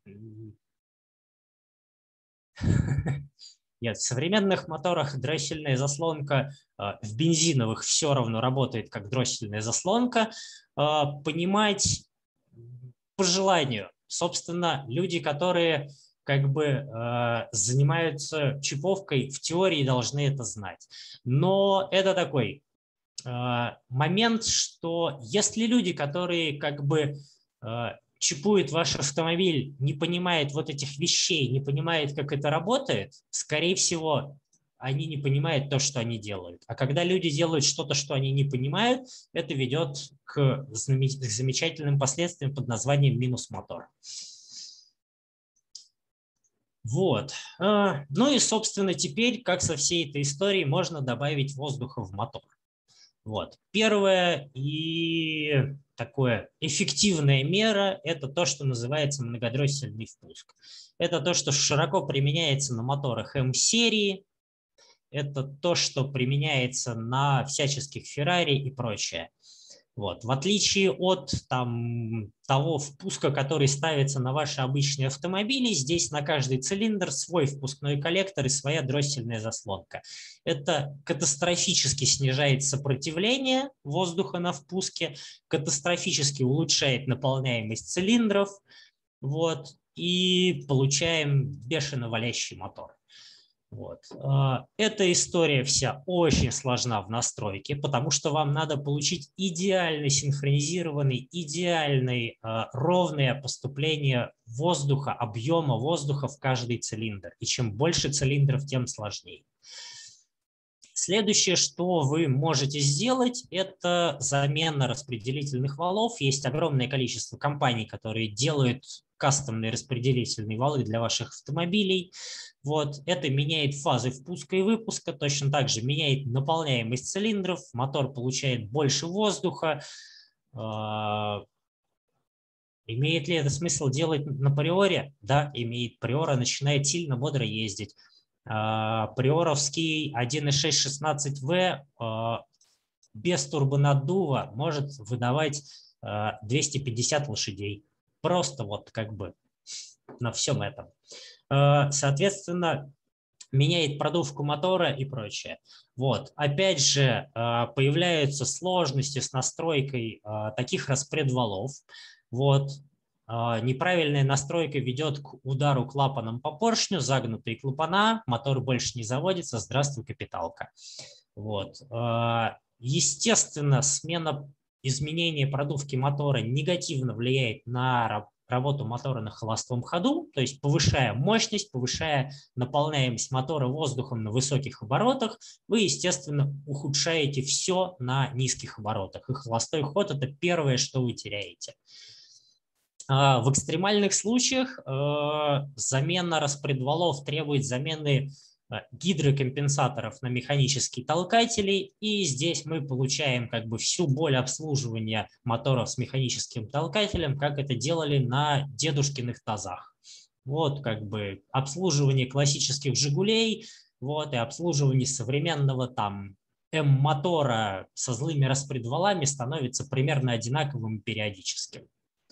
Нет, в современных моторах дроссельная заслонка, в бензиновых все равно работает как дроссельная заслонка. Понимать по желанию. Собственно, люди, которые как бы занимаются чиповкой, в теории должны это знать. Но это такой момент, что если люди, которые как бы чипует ваш автомобиль, не понимает вот этих вещей, не понимает, как это работает, скорее всего, они не понимают то, что они делают. А когда люди делают что-то, что они не понимают, это ведет к замечательным последствиям под названием минус мотор. Вот. Ну и, собственно, теперь, как со всей этой историей, можно добавить воздуха в мотор. Вот. Первая и такое эффективная мера – это то, что называется многодроссельный впуск. Это то, что широко применяется на моторах М-серии, это то, что применяется на всяческих Феррари и прочее. Вот. В отличие от там, того впуска, который ставится на ваши обычные автомобили, здесь на каждый цилиндр свой впускной коллектор и своя дроссельная заслонка. Это катастрофически снижает сопротивление воздуха на впуске, катастрофически улучшает наполняемость цилиндров, вот, и получаем бешено валящий мотор. Вот. Эта история вся очень сложна в настройке, потому что вам надо получить идеально синхронизированный, идеальный ровное поступление воздуха, объема воздуха в каждый цилиндр. И чем больше цилиндров, тем сложнее. Следующее, что вы можете сделать, это замена распределительных валов. Есть огромное количество компаний, которые делают кастомные распределительные валы для ваших автомобилей. Вот. Это меняет фазы впуска и выпуска, точно так же меняет наполняемость цилиндров, мотор получает больше воздуха. Имеет ли это смысл делать на приоре? Да, имеет. Приора начинает сильно бодро ездить. Приоровский один и шесть шестнадцать вэ без турбонаддува может выдавать двести пятьдесят лошадей. Просто вот как бы на всем этом. Соответственно, меняет продувку мотора и прочее. Вот. Опять же, появляются сложности с настройкой таких распредвалов. Вот. Неправильная настройка ведет к удару клапаном по поршню, загнутые клапана, мотор больше не заводится, здравствуй, капиталка. Вот. Естественно, смена изменения продувки мотора негативно влияет на работу мотора на холостом ходу, то есть повышая мощность, повышая наполняемость мотора воздухом на высоких оборотах, вы, естественно, ухудшаете все на низких оборотах. И холостой ход – это первое, что вы теряете. В экстремальных случаях замена распредвалов требует замены гидрокомпенсаторов на механические толкатели, и здесь мы получаем как бы всю боль обслуживания моторов с механическим толкателем, как это делали на дедушкиных тазах. Вот как бы обслуживание классических «Жигулей», вот, и обслуживание современного там М-мотора со злыми распредвалами становится примерно одинаковым периодическим.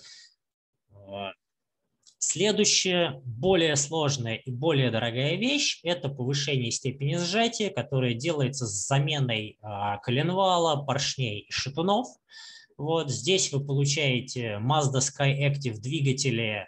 Следующая, более сложная и более дорогая вещь – это повышение степени сжатия, которое делается с заменой коленвала, поршней и шатунов. Вот здесь вы получаете Mazda SkyActiv двигатели,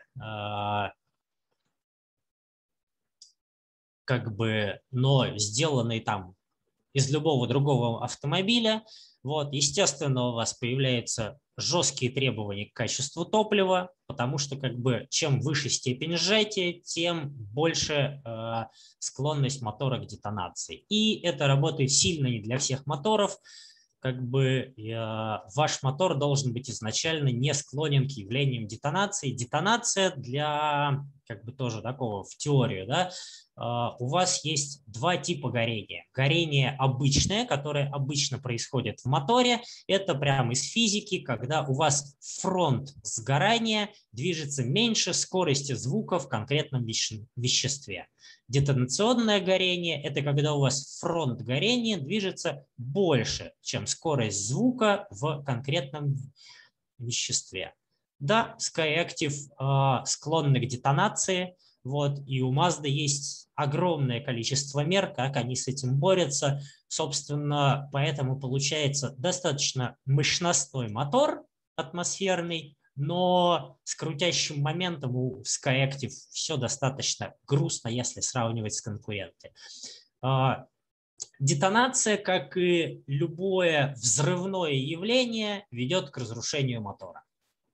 как бы, но сделанные там из любого другого автомобиля. Вот, естественно, у вас появляются жесткие требования к качеству топлива, потому что как бы чем выше степень сжатия, тем больше э, склонность мотора к детонации. И это работает сильно не для всех моторов. Как бы э, ваш мотор должен быть изначально не склонен к явлениям детонации. Детонация для, как бы тоже такого в теорию, да, у вас есть два типа горения. Горение обычное, которое обычно происходит в моторе, это прямо из физики, когда у вас фронт сгорания движется меньше скорости звука в конкретном веществе. Детонационное горение – это когда у вас фронт горения движется больше, чем скорость звука в конкретном веществе. Да, SkyActiv э, склонны к детонации. Вот, и у Mazda есть огромное количество мер, как они с этим борются. Собственно, поэтому получается достаточно мощностной мотор атмосферный, но с крутящим моментом у SkyActiv все достаточно грустно, если сравнивать с конкурентами. Детонация, как и любое взрывное явление, ведет к разрушению мотора.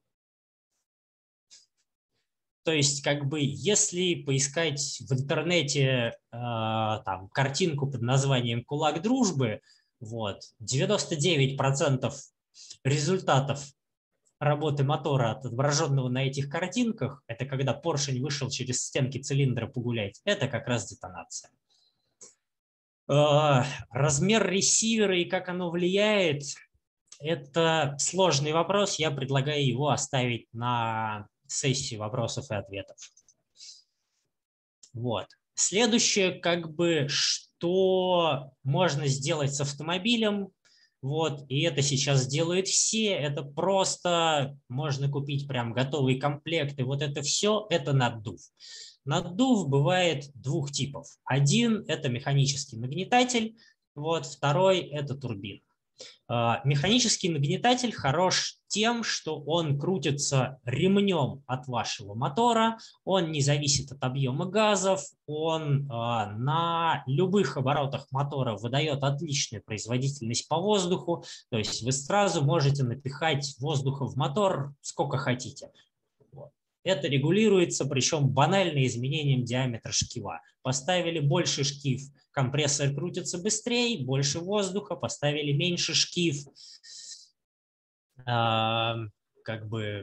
То есть, как бы, если поискать в интернете э, там, картинку под названием «Кулак дружбы», вот, девяносто девять процентов результатов работы мотора, отображенного на этих картинках, это когда поршень вышел через стенки цилиндра погулять, это как раз детонация. Размер ресивера и как оно влияет – это сложный вопрос. Я предлагаю его оставить на сессии вопросов и ответов. Вот. Следующее, как бы, что можно сделать с автомобилем, вот, и это сейчас делают все, это просто можно купить прям готовый комплект, и вот это все, это наддув. Наддув бывает двух типов. Один – это механический нагнетатель, вот, второй – это турбина. Механический нагнетатель хорош тем, что он крутится ремнем от вашего мотора, он не зависит от объема газов, он на любых оборотах мотора выдает отличную производительность по воздуху, то есть вы сразу можете напихать воздуха в мотор сколько хотите. Это регулируется, причем банально изменением диаметра шкива. Поставили больше шкив, компрессор крутится быстрее, больше воздуха, поставили меньше шкив, э, как бы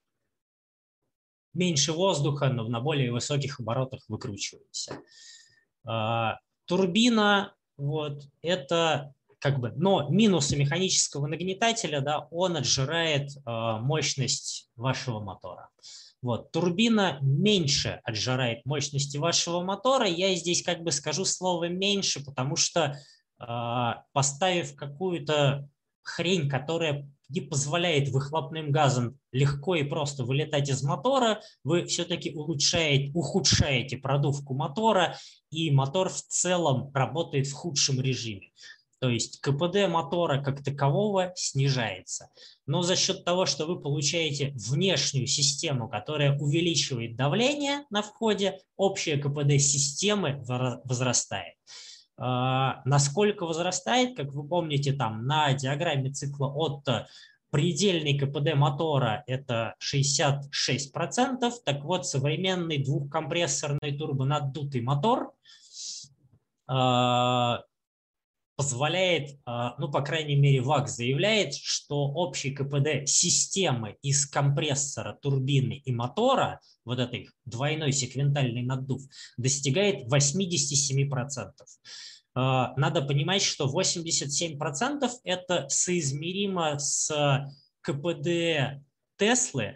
меньше воздуха, но на более высоких оборотах выкручиваемся. Э, турбина, вот, это как бы, но минусы механического нагнетателя, да, он отжирает э, мощность вашего мотора. Вот, турбина меньше отжирает мощности вашего мотора. Я здесь как бы скажу слово «меньше», потому что э, поставив какую-то хрень, которая не позволяет выхлопным газам легко и просто вылетать из мотора, вы все-таки улучшаете, ухудшаете продувку мотора, и мотор в целом работает в худшем режиме. То есть КПД мотора как такового снижается. Но за счет того, что вы получаете внешнюю систему, которая увеличивает давление на входе, общее КПД системы возрастает. Насколько возрастает, как вы помните, там на диаграмме цикла Отто предельный КПД мотора это шестьдесят шесть процентов. Так вот, современный двухкомпрессорный турбонаддутый мотор позволяет, ну, по крайней мере, ВАК заявляет, что общий КПД системы из компрессора, турбины и мотора, вот этой двойной секвентальный наддув, достигает восемьдесят семь процентов. Надо понимать, что восемьдесят семь процентов это соизмеримо с КПД Теслы,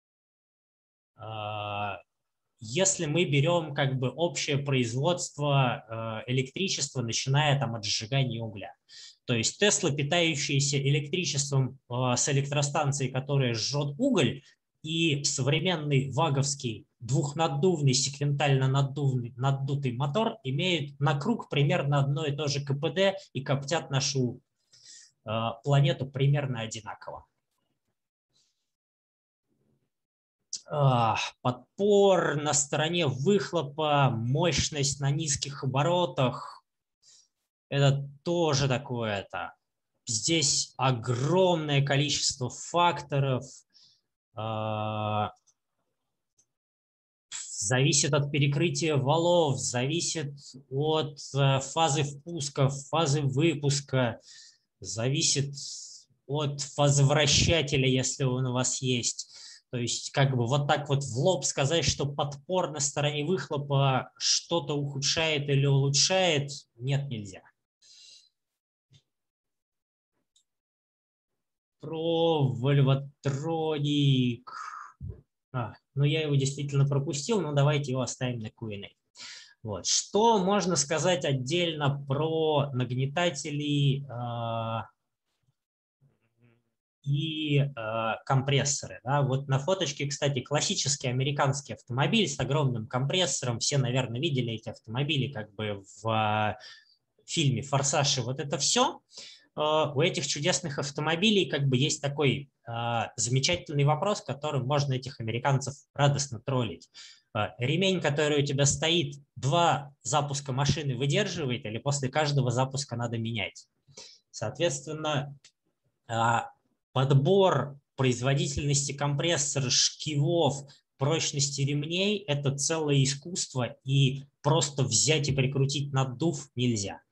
если мы берем как бы общее производство электричества, начиная там от сжигания угля. То есть Тесла, питающаяся электричеством с электростанции, которая жжет уголь, и современный ваговский двухнаддувный секвентально наддувный, наддутый мотор имеют на круг примерно одно и то же КПД и коптят нашу планету примерно одинаково. Подпор на стороне выхлопа, мощность на низких оборотах, это тоже такое-то. Здесь огромное количество факторов, зависит от перекрытия валов, зависит от фазы впуска, фазы выпуска, зависит от фазы вращателя, если он у вас есть. То есть как бы вот так вот в лоб сказать, что подпор на стороне выхлопа что-то ухудшает или улучшает, нет, нельзя. Про вольватроник. А, ну я его действительно пропустил, но давайте его оставим на кью энд эй. Вот. Что можно сказать отдельно про нагнетатели э, и э, компрессоры. Да? Вот на фоточке, кстати, классический американский автомобиль с огромным компрессором. Все, наверное, видели эти автомобили как бы в э, фильме «Форсаж» и вот это все. Э, у этих чудесных автомобилей как бы есть такой э, замечательный вопрос, которым можно этих американцев радостно троллить. Э, ремень, который у тебя стоит, два запуска машины выдерживает или после каждого запуска надо менять? Соответственно, э, подбор производительности компрессора, шкивов, прочности ремней – это целое искусство, и просто взять и прикрутить наддув нельзя.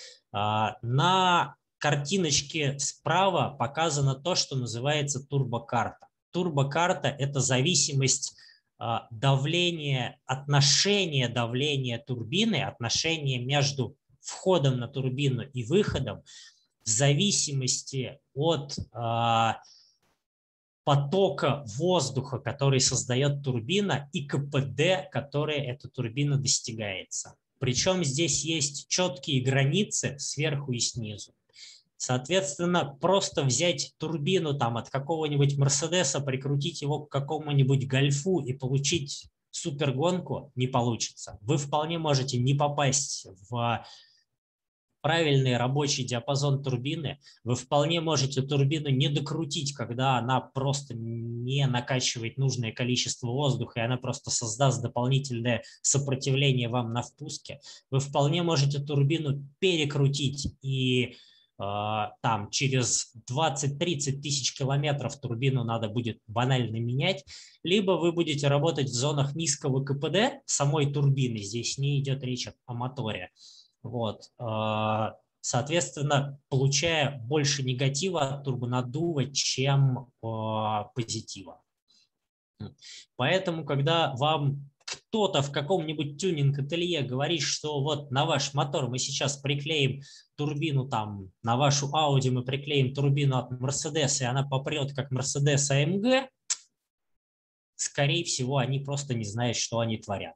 На картиночке справа показано то, что называется турбокарта. Турбокарта – это зависимость давления, отношение давления турбины, отношение между входом на турбину и выходом в зависимости от а, потока воздуха, который создает турбина, и КПД, которое эта турбина достигается. Причем здесь есть четкие границы сверху и снизу. Соответственно, просто взять турбину там от какого-нибудь Мерседеса, прикрутить его к какому-нибудь Гольфу и получить супергонку не получится. Вы вполне можете не попасть в правильный рабочий диапазон турбины, вы вполне можете турбину не докрутить, когда она просто не накачивает нужное количество воздуха, и она просто создаст дополнительное сопротивление вам на впуске. Вы вполне можете турбину перекрутить, и э, там через двадцать-тридцать тысяч километров турбину надо будет банально менять, либо вы будете работать в зонах низкого КПД самой турбины, здесь не идет речь о моторе. Вот. Соответственно, получая больше негатива от турбонаддува, чем позитива. Поэтому, когда вам кто-то в каком-нибудь тюнинг-ателье говорит, что вот на ваш мотор мы сейчас приклеим турбину, там, на вашу Audi мы приклеим турбину от Mercedes, и она попрет как Mercedes а эм гэ, скорее всего, они просто не знают, что они творят.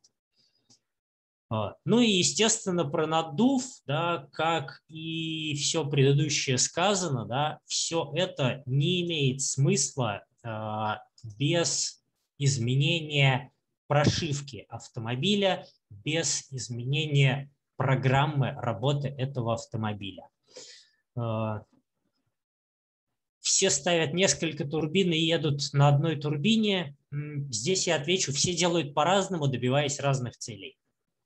Ну и, естественно, про наддув, да, как и все предыдущее сказано, да, все это не имеет смысла э, без изменения прошивки автомобиля, без изменения программы работы этого автомобиля. Э, все ставят несколько турбин и едут на одной турбине. Здесь я отвечу, все делают по-разному, добиваясь разных целей.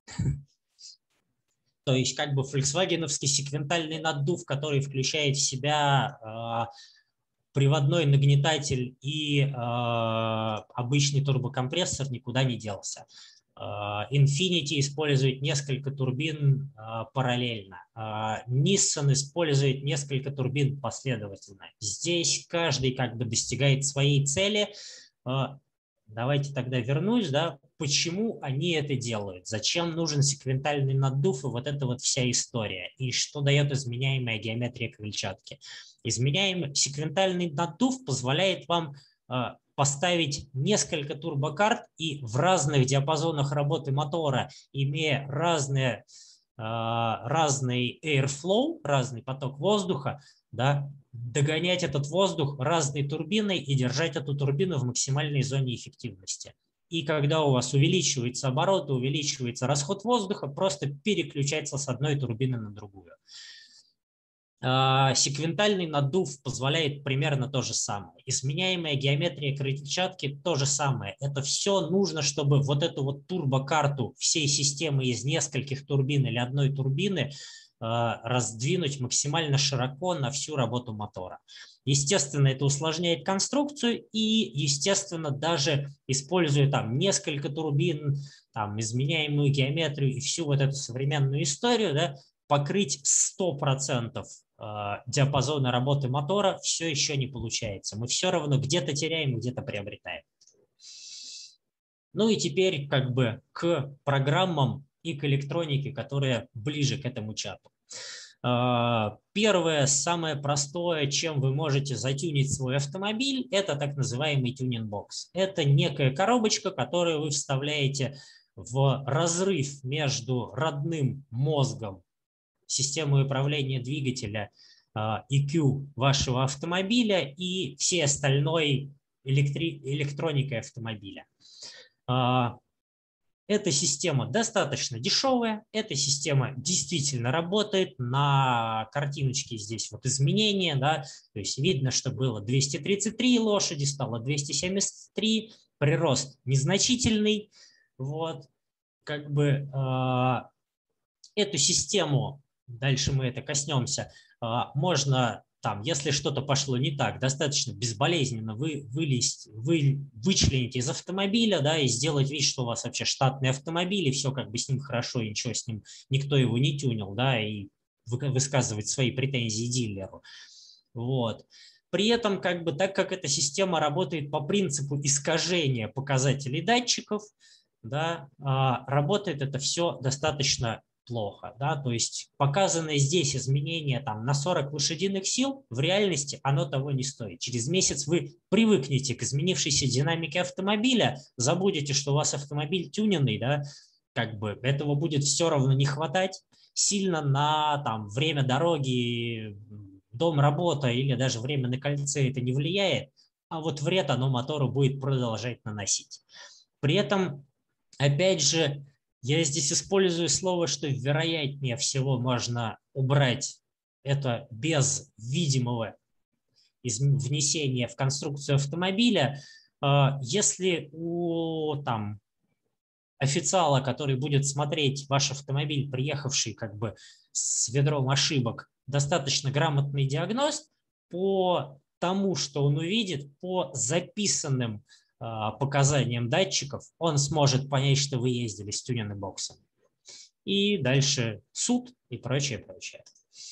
То есть как бы фольксвагеновский секвентальный наддув, который включает в себя э, приводной нагнетатель и э, обычный турбокомпрессор, никуда не делся. Э, Infiniti использует несколько турбин э, параллельно. Э, Nissan использует несколько турбин последовательно. Здесь каждый как бы достигает своей цели. Э, Давайте тогда вернусь, да, почему они это делают, зачем нужен секвентальный наддув и вот эта вот вся история, и что дает изменяемая геометрия крыльчатки. Изменяемый секвентальный наддув позволяет вам э, поставить несколько турбокарт и в разных диапазонах работы мотора, имея разные, э, разный airflow, разный поток воздуха, да, догонять этот воздух разной турбиной и держать эту турбину в максимальной зоне эффективности. И когда у вас увеличивается обороты, увеличивается расход воздуха, просто переключается с одной турбины на другую. Секвентальный наддув позволяет примерно то же самое. Изменяемая геометрия крыльчатки то же самое. Это все нужно, чтобы вот эту вот турбокарту всей системы из нескольких турбин или одной турбины раздвинуть максимально широко на всю работу мотора. Естественно, это усложняет конструкцию и, естественно, даже используя там несколько турбин, там, изменяемую геометрию и всю вот эту современную историю, да, покрыть сто процентов диапазона работы мотора все еще не получается. Мы все равно где-то теряем, где-то приобретаем. Ну и теперь как бы к программам и к электронике, которые ближе к этому чату. Первое, самое простое, чем вы можете затюнить свой автомобиль, это так называемый тюнинг-бокс. Это некая коробочка, которую вы вставляете в разрыв между родным мозгом, системой управления двигателя, и кью вашего автомобиля и всей остальной электри- электроникой автомобиля. Эта система достаточно дешевая, эта система действительно работает. На картиночке здесь вот изменения, да, то есть видно, что было двести тридцать три лошади, стало двести семьдесят три, прирост незначительный. Вот, как бы э, эту систему, дальше мы это коснемся, э, можно там, если что-то пошло не так, достаточно безболезненно вы, вылезть, вы вычленить из автомобиля, да, и сделать вид, что у вас вообще штатный автомобиль, и все как бы с ним хорошо, и ничего с ним, никто его не тюнил, да, и высказывать свои претензии дилеру. Вот. При этом, как бы, так как эта система работает по принципу искажения показателей датчиков, да, работает это все достаточно плохо, да, то есть показанное здесь изменение там на сорок лошадиных сил, в реальности оно того не стоит. Через месяц вы привыкнете к изменившейся динамике автомобиля, забудете, что у вас автомобиль тюненный, да, как бы этого будет все равно не хватать сильно на там время дороги, дом, работа или даже время на кольце это не влияет, а вот вред оно мотору будет продолжать наносить. При этом, опять же, я здесь использую слово, что вероятнее всего можно убрать это без видимого внесения в конструкцию автомобиля. Если у там, официала, который будет смотреть ваш автомобиль, приехавший как бы с ведром ошибок, достаточно грамотный диагност, по тому, что он увидит, по записанным показаниям датчиков, он сможет понять, что вы ездили с тюнинг боксом. И дальше суд и прочее, прочее.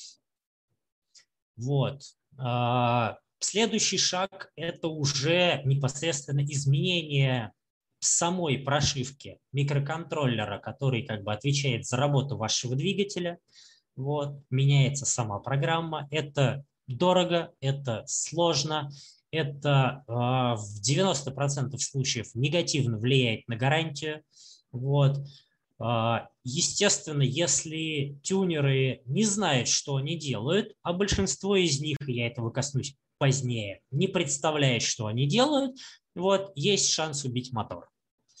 Вот. Следующий шаг – это уже непосредственно изменение самой прошивки микроконтроллера, который как бы отвечает за работу вашего двигателя. Вот. Меняется сама программа. Это дорого, это сложно. Это э, в девяноста процентах случаев негативно влияет на гарантию. Вот. Э, естественно, если тюнеры не знают, что они делают, а большинство из них, я этого коснусь позднее, не представляет, что они делают, вот, есть шанс убить мотор.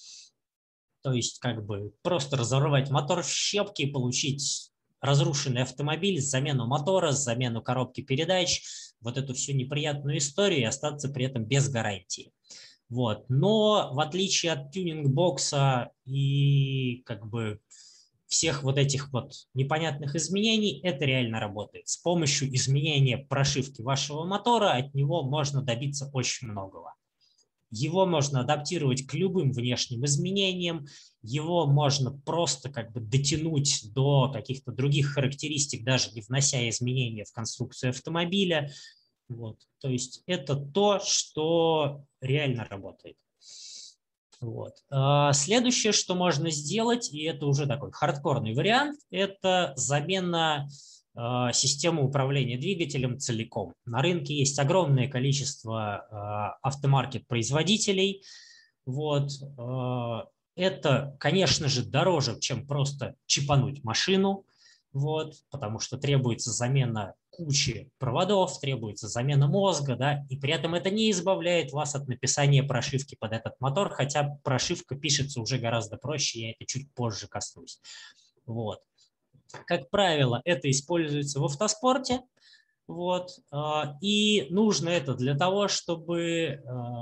То есть как бы просто разорвать мотор в щепки и получить разрушенный автомобиль, замену мотора, замену коробки передач, вот эту всю неприятную историю и остаться при этом без гарантии. Вот. Но в отличие от тюнинг-бокса и как бы всех вот этих вот непонятных изменений, это реально работает. С помощью изменения прошивки вашего мотора от него можно добиться очень многого. Его можно адаптировать к любым внешним изменениям, его можно просто как бы дотянуть до каких-то других характеристик, даже не внося изменения в конструкцию автомобиля. Вот. То есть это то, что реально работает. Вот. Следующее, что можно сделать, и это уже такой хардкорный вариант, это замена системы управления двигателем целиком. На рынке есть огромное количество автомаркет-производителей. Вот. Это, конечно же, дороже, чем просто чипануть машину, вот, потому что требуется замена кучи проводов, требуется замена мозга, да, и при этом это не избавляет вас от написания прошивки под этот мотор, хотя прошивка пишется уже гораздо проще, я это чуть позже коснусь. Вот. Как правило, это используется в автоспорте, вот, и нужно это для того, чтобы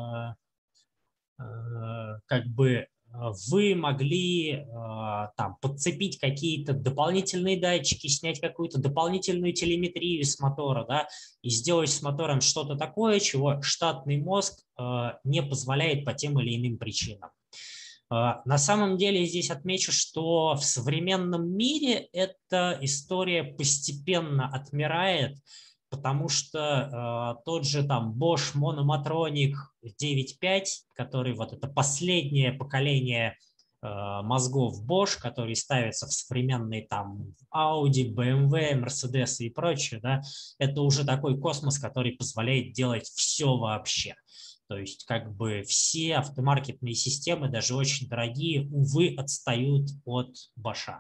как бы вы могли там подцепить какие-то дополнительные датчики, снять какую-то дополнительную телеметрию с мотора, да, и сделать с мотором что-то такое, чего штатный мозг не позволяет по тем или иным причинам. На самом деле здесь отмечу, что в современном мире эта история постепенно отмирает, потому что э, тот же там Bosch Monomatronic девять пять, который вот это последнее поколение э, мозгов Bosch, которые ставятся в современные там Audi, бэ эм вэ, Mercedes и прочее, да, это уже такой космос, который позволяет делать все вообще. То есть как бы все автомаркетные системы, даже очень дорогие, увы, отстают от Bosch.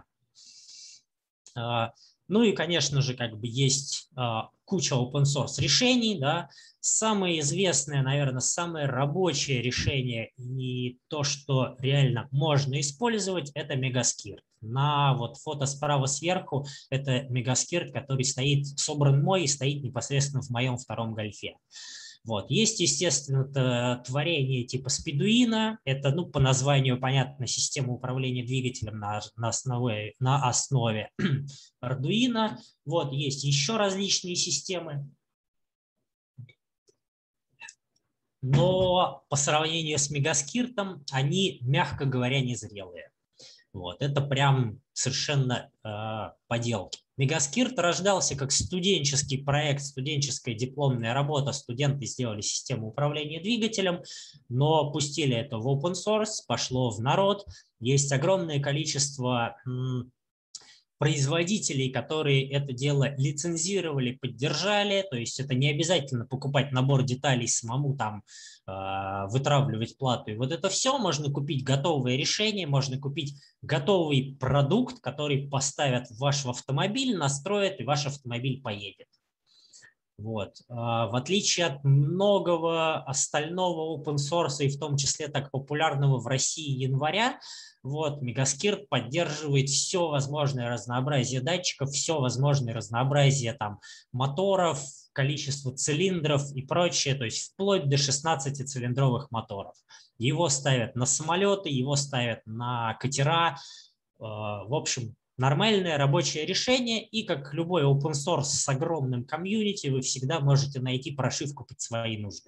Ну и, конечно же, как бы есть куча open source решений, да. Самое известное, наверное, самое рабочее решение и то, что реально можно использовать, это Megaskirt. На вот фото справа сверху это Megaskirt, который стоит, собран мой и стоит непосредственно в моем втором гольфе. Вот. Есть, естественно, творение типа Speeduino. Это, ну, по названию понятно, система управления двигателем на, на основе, на основе Arduino. Вот. Есть еще различные системы. Но по сравнению с Megaskirt они, мягко говоря, незрелые. Вот. Это прям совершенно э, поделки. Megaskirt рождался как студенческий проект, студенческая дипломная работа. Студенты сделали систему управления двигателем, но пустили это в open source, пошло в народ. Есть огромное количество м, производителей, которые это дело лицензировали, поддержали. То есть это не обязательно покупать набор деталей, самому там э, вытравливать плату. И вот это все можно купить готовое решение, можно купить готовый продукт, который поставят в ваш автомобиль, настроят, и ваш автомобиль поедет. Вот. В отличие от многого остального open source, и в том числе так популярного в России января, вот, Megaskirt поддерживает все возможное разнообразие датчиков, все возможное разнообразие там, моторов, количество цилиндров и прочее, то есть вплоть до шестнадцатицилиндровых моторов. Его ставят на самолеты, его ставят на катера. В общем, нормальное рабочее решение, и как любой open source с огромным комьюнити, вы всегда можете найти прошивку под свои нужды.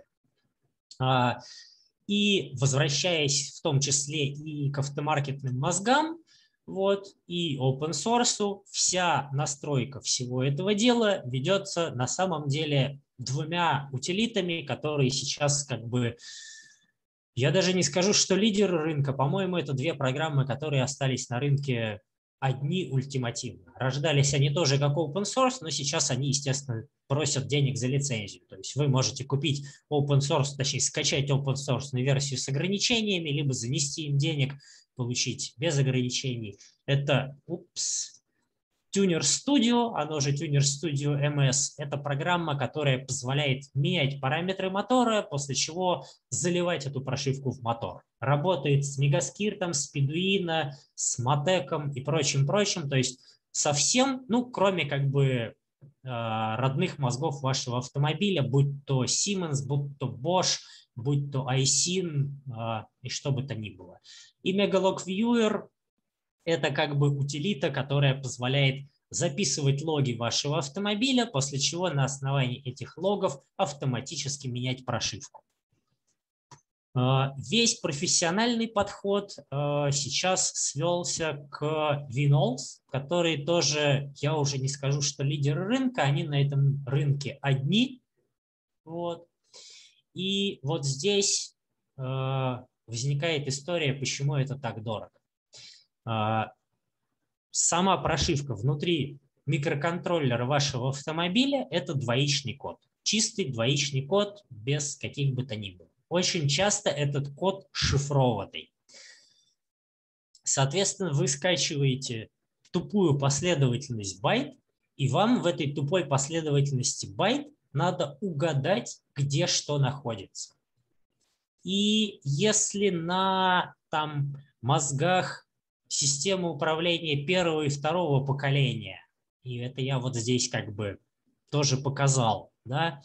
И возвращаясь в том числе и к автомаркетным мозгам, вот, и open source, вся настройка всего этого дела ведется на самом деле двумя утилитами, которые сейчас как бы, я даже не скажу, что лидеры рынка, по-моему, это две программы, которые остались на рынке одни ультимативно. Рождались они тоже как open source, но сейчас они, естественно, просят денег за лицензию. То есть вы можете купить open source, точнее скачать open source версию с ограничениями, либо занести им денег, получить без ограничений. Это упс, Tuner Studio, оно же Tuner Studio эм эс. Это программа, которая позволяет менять параметры мотора, после чего заливать эту прошивку в мотор. Работает с Megaskirt, с Speeduino, с Motec и прочим-прочим. То есть совсем, ну, кроме как бы родных мозгов вашего автомобиля, будь то Siemens, будь то Bosch, будь то Aisin и что бы то ни было. И Megalog Viewer – это как бы утилита, которая позволяет записывать логи вашего автомобиля, после чего на основании этих логов автоматически менять прошивку. Весь профессиональный подход сейчас свелся к Winols, которые тоже, я уже не скажу, что лидеры рынка, они на этом рынке одни. Вот. И вот здесь возникает история, почему это так дорого. Сама прошивка внутри микроконтроллера вашего автомобиля – это двоичный код. Чистый двоичный код без каких бы то ни было. Очень часто этот код шифрованный. Соответственно, вы скачиваете тупую последовательность байт, и вам в этой тупой последовательности байт надо угадать, где что находится. И если на там, мозгах системы управления первого и второго поколения, и это я вот здесь как бы тоже показал, да,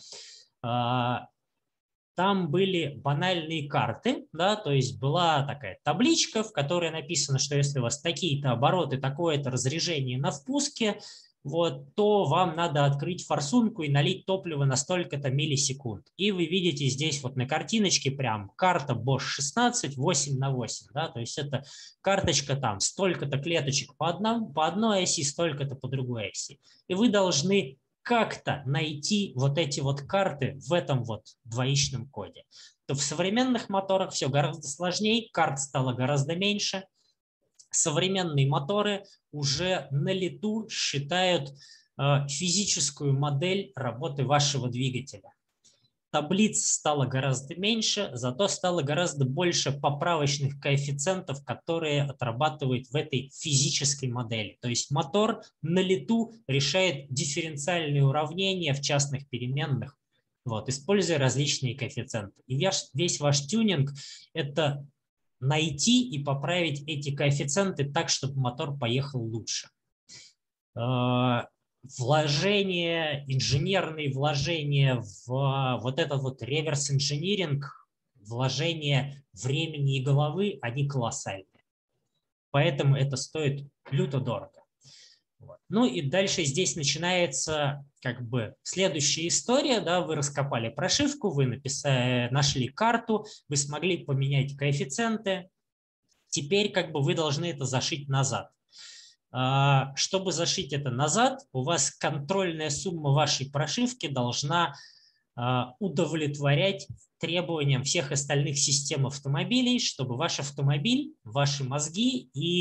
там были банальные карты, да, то есть была такая табличка, в которой написано, что если у вас такие-то обороты, такое-то разряжение на впуске, вот, то вам надо открыть форсунку и налить топливо на столько-то миллисекунд. И вы видите здесь вот на картиночке прям карта Bosch шестнадцать восемь на восемь, да, то есть это карточка там столько-то клеточек по, одному, по одной оси, столько-то по другой оси. И вы должны как-то найти вот эти вот карты в этом вот двоичном коде. То в современных моторах все гораздо сложнее, карт стало гораздо меньше. Современные моторы уже на лету считают э, физическую модель работы вашего двигателя. Таблиц стало гораздо меньше, зато стало гораздо больше поправочных коэффициентов, которые отрабатывают в этой физической модели. То есть мотор на лету решает дифференциальные уравнения в частных переменных, вот, используя различные коэффициенты. И весь, весь ваш тюнинг – это найти и поправить эти коэффициенты так, чтобы мотор поехал лучше. Вложения, инженерные вложения в вот этот вот реверс-инжиниринг, вложения времени и головы, они колоссальные. Поэтому это стоит люто дорого. Вот. Ну и дальше здесь начинается как бы следующая история. Да, вы раскопали прошивку, вы написали, нашли карту, вы смогли поменять коэффициенты. Теперь как бы вы должны это зашить назад. Чтобы зашить это назад, у вас контрольная сумма вашей прошивки должна удовлетворять требованиям всех остальных систем автомобилей, чтобы ваш автомобиль, ваши мозги и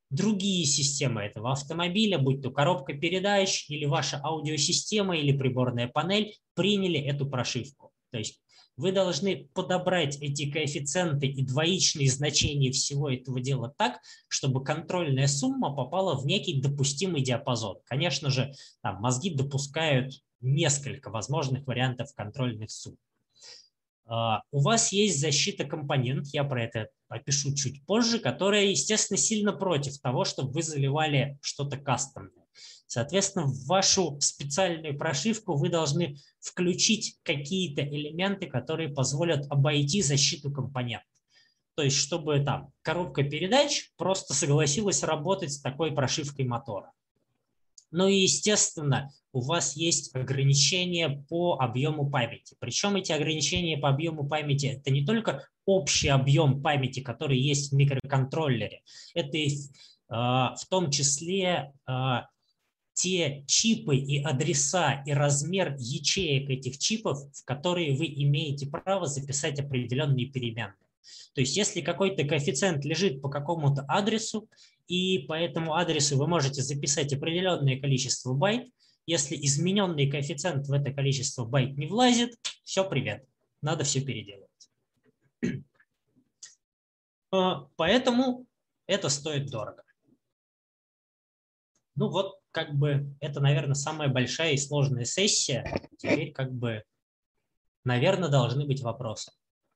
другие системы этого автомобиля, будь то коробка передач или ваша аудиосистема или приборная панель, приняли эту прошивку. То есть вы должны подобрать эти коэффициенты и двоичные значения всего этого дела так, чтобы контрольная сумма попала в некий допустимый диапазон. Конечно же, там мозги допускают несколько возможных вариантов контрольных сумм. У вас есть защита компонент, я про это опишу чуть позже, которая, естественно, сильно против того, чтобы вы заливали что-то кастомное. Соответственно, в вашу специальную прошивку вы должны включить какие-то элементы, которые позволят обойти защиту компонент. То есть, чтобы там коробка передач просто согласилась работать с такой прошивкой мотора. Ну и, естественно, у вас есть ограничения по объему памяти. Причем эти ограничения по объему памяти – это не только общий объем памяти, который есть в микроконтроллере, это и, э, в том числе э, те чипы и адреса и размер ячеек этих чипов, в которые вы имеете право записать определенные переменные. То есть если какой-то коэффициент лежит по какому-то адресу, и по этому адресу вы можете записать определенное количество байт, если измененный коэффициент в это количество байт не влазит, все, привет, надо все переделывать. Поэтому это стоит дорого. Ну вот, как бы, это, наверное, самая большая и сложная сессия. Теперь, как бы, наверное, должны быть вопросы.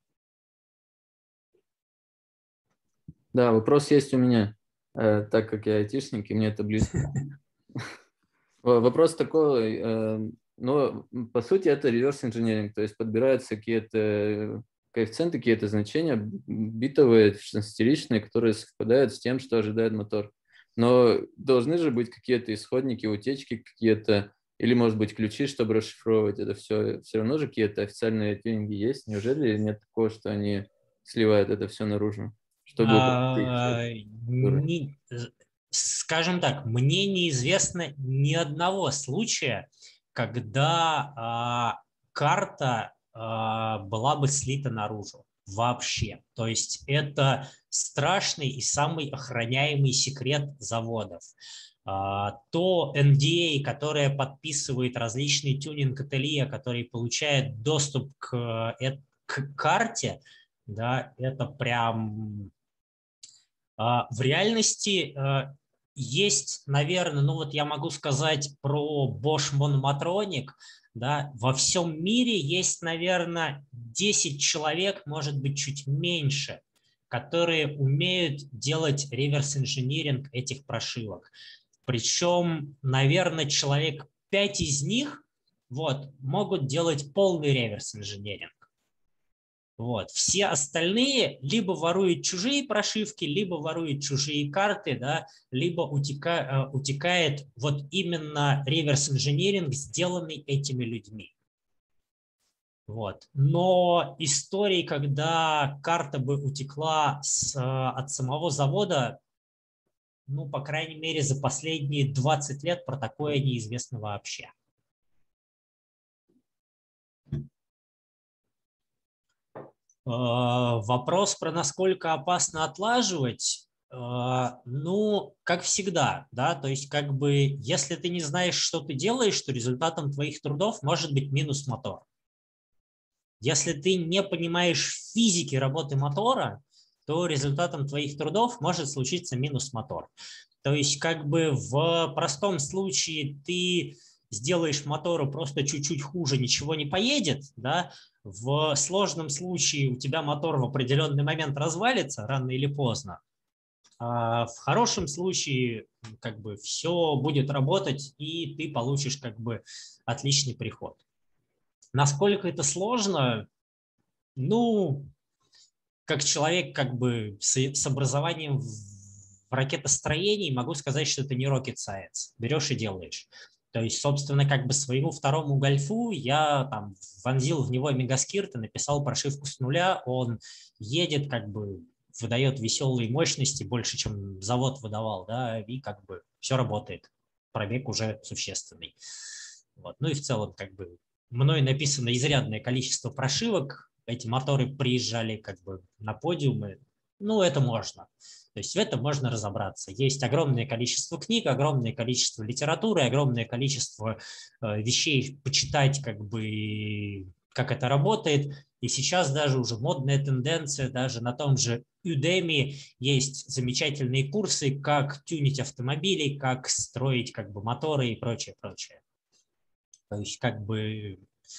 Да, вопрос есть у меня, э, так как я айтишник, и мне это близко. Вопрос такой, ну, по сути, это реверс-инженеринг, то есть подбираются какие-то коэффициенты, какие-то значения битовые, шестеричные, которые совпадают с тем, что ожидает мотор. Но должны же быть какие-то исходники, утечки какие-то, или, может быть, ключи, чтобы расшифровывать это все. Все равно же какие-то официальные тюнинги есть. Неужели нет такого, что они сливают это все наружу? Чтобы а, не, скажем так, мне неизвестно ни одного случая, когда а, карта а, была бы слита наружу вообще. То есть это страшный и самый охраняемый секрет заводов. А, то эн ди эй, которое подписывает различные тюнинг-ателье, которые получают доступ к, к карте, да, это прям... В реальности есть, наверное, ну вот я могу сказать про Bosch Monomatronic, да, во всем мире есть, наверное, десять человек, может быть, чуть меньше, которые умеют делать реверс-инжиниринг этих прошивок. Причем, наверное, человек пять из них вот, могут делать полный реверс-инжиниринг. Вот. Все остальные либо воруют чужие прошивки, либо воруют чужие карты, да, либо утека, утекает вот именно реверс-инжиниринг, сделанный этими людьми. Вот. Но истории, когда карта бы утекла с, от самого завода, ну, по крайней мере, за последние двадцать лет про такое неизвестно вообще. Вопрос про насколько опасно отлаживать, ну, как всегда, да, то есть как бы если ты не знаешь, что ты делаешь, то результатом твоих трудов может быть минус мотор. Если ты не понимаешь физики работы мотора, то результатом твоих трудов может случиться минус мотор. То есть как бы в простом случае ты сделаешь мотору просто чуть-чуть хуже, ничего не поедет, да, в сложном случае у тебя мотор в определенный момент развалится рано или поздно, а в хорошем случае как бы все будет работать и ты получишь как бы отличный приход. Насколько это сложно? Ну, как человек как бы с, с образованием в, в ракетостроении могу сказать, что это не rocket science. Берешь и делаешь. То есть, собственно, как бы своему второму гольфу я там вонзил в него мегаскирт и написал прошивку с нуля. Он едет, как бы выдает веселые мощности, больше, чем завод выдавал, да, и как бы все работает. Пробег уже существенный. Вот. Ну и в целом, как бы, мной написано изрядное количество прошивок. Эти моторы приезжали как бы на подиумы. ну, это можно. То есть в этом можно разобраться. Есть огромное количество книг, огромное количество литературы, огромное количество э, вещей почитать, как бы, как это работает. И сейчас даже уже модная тенденция, даже на том же Udemy есть замечательные курсы, как тюнить автомобили, как строить как бы моторы и прочее, прочее. То есть как бы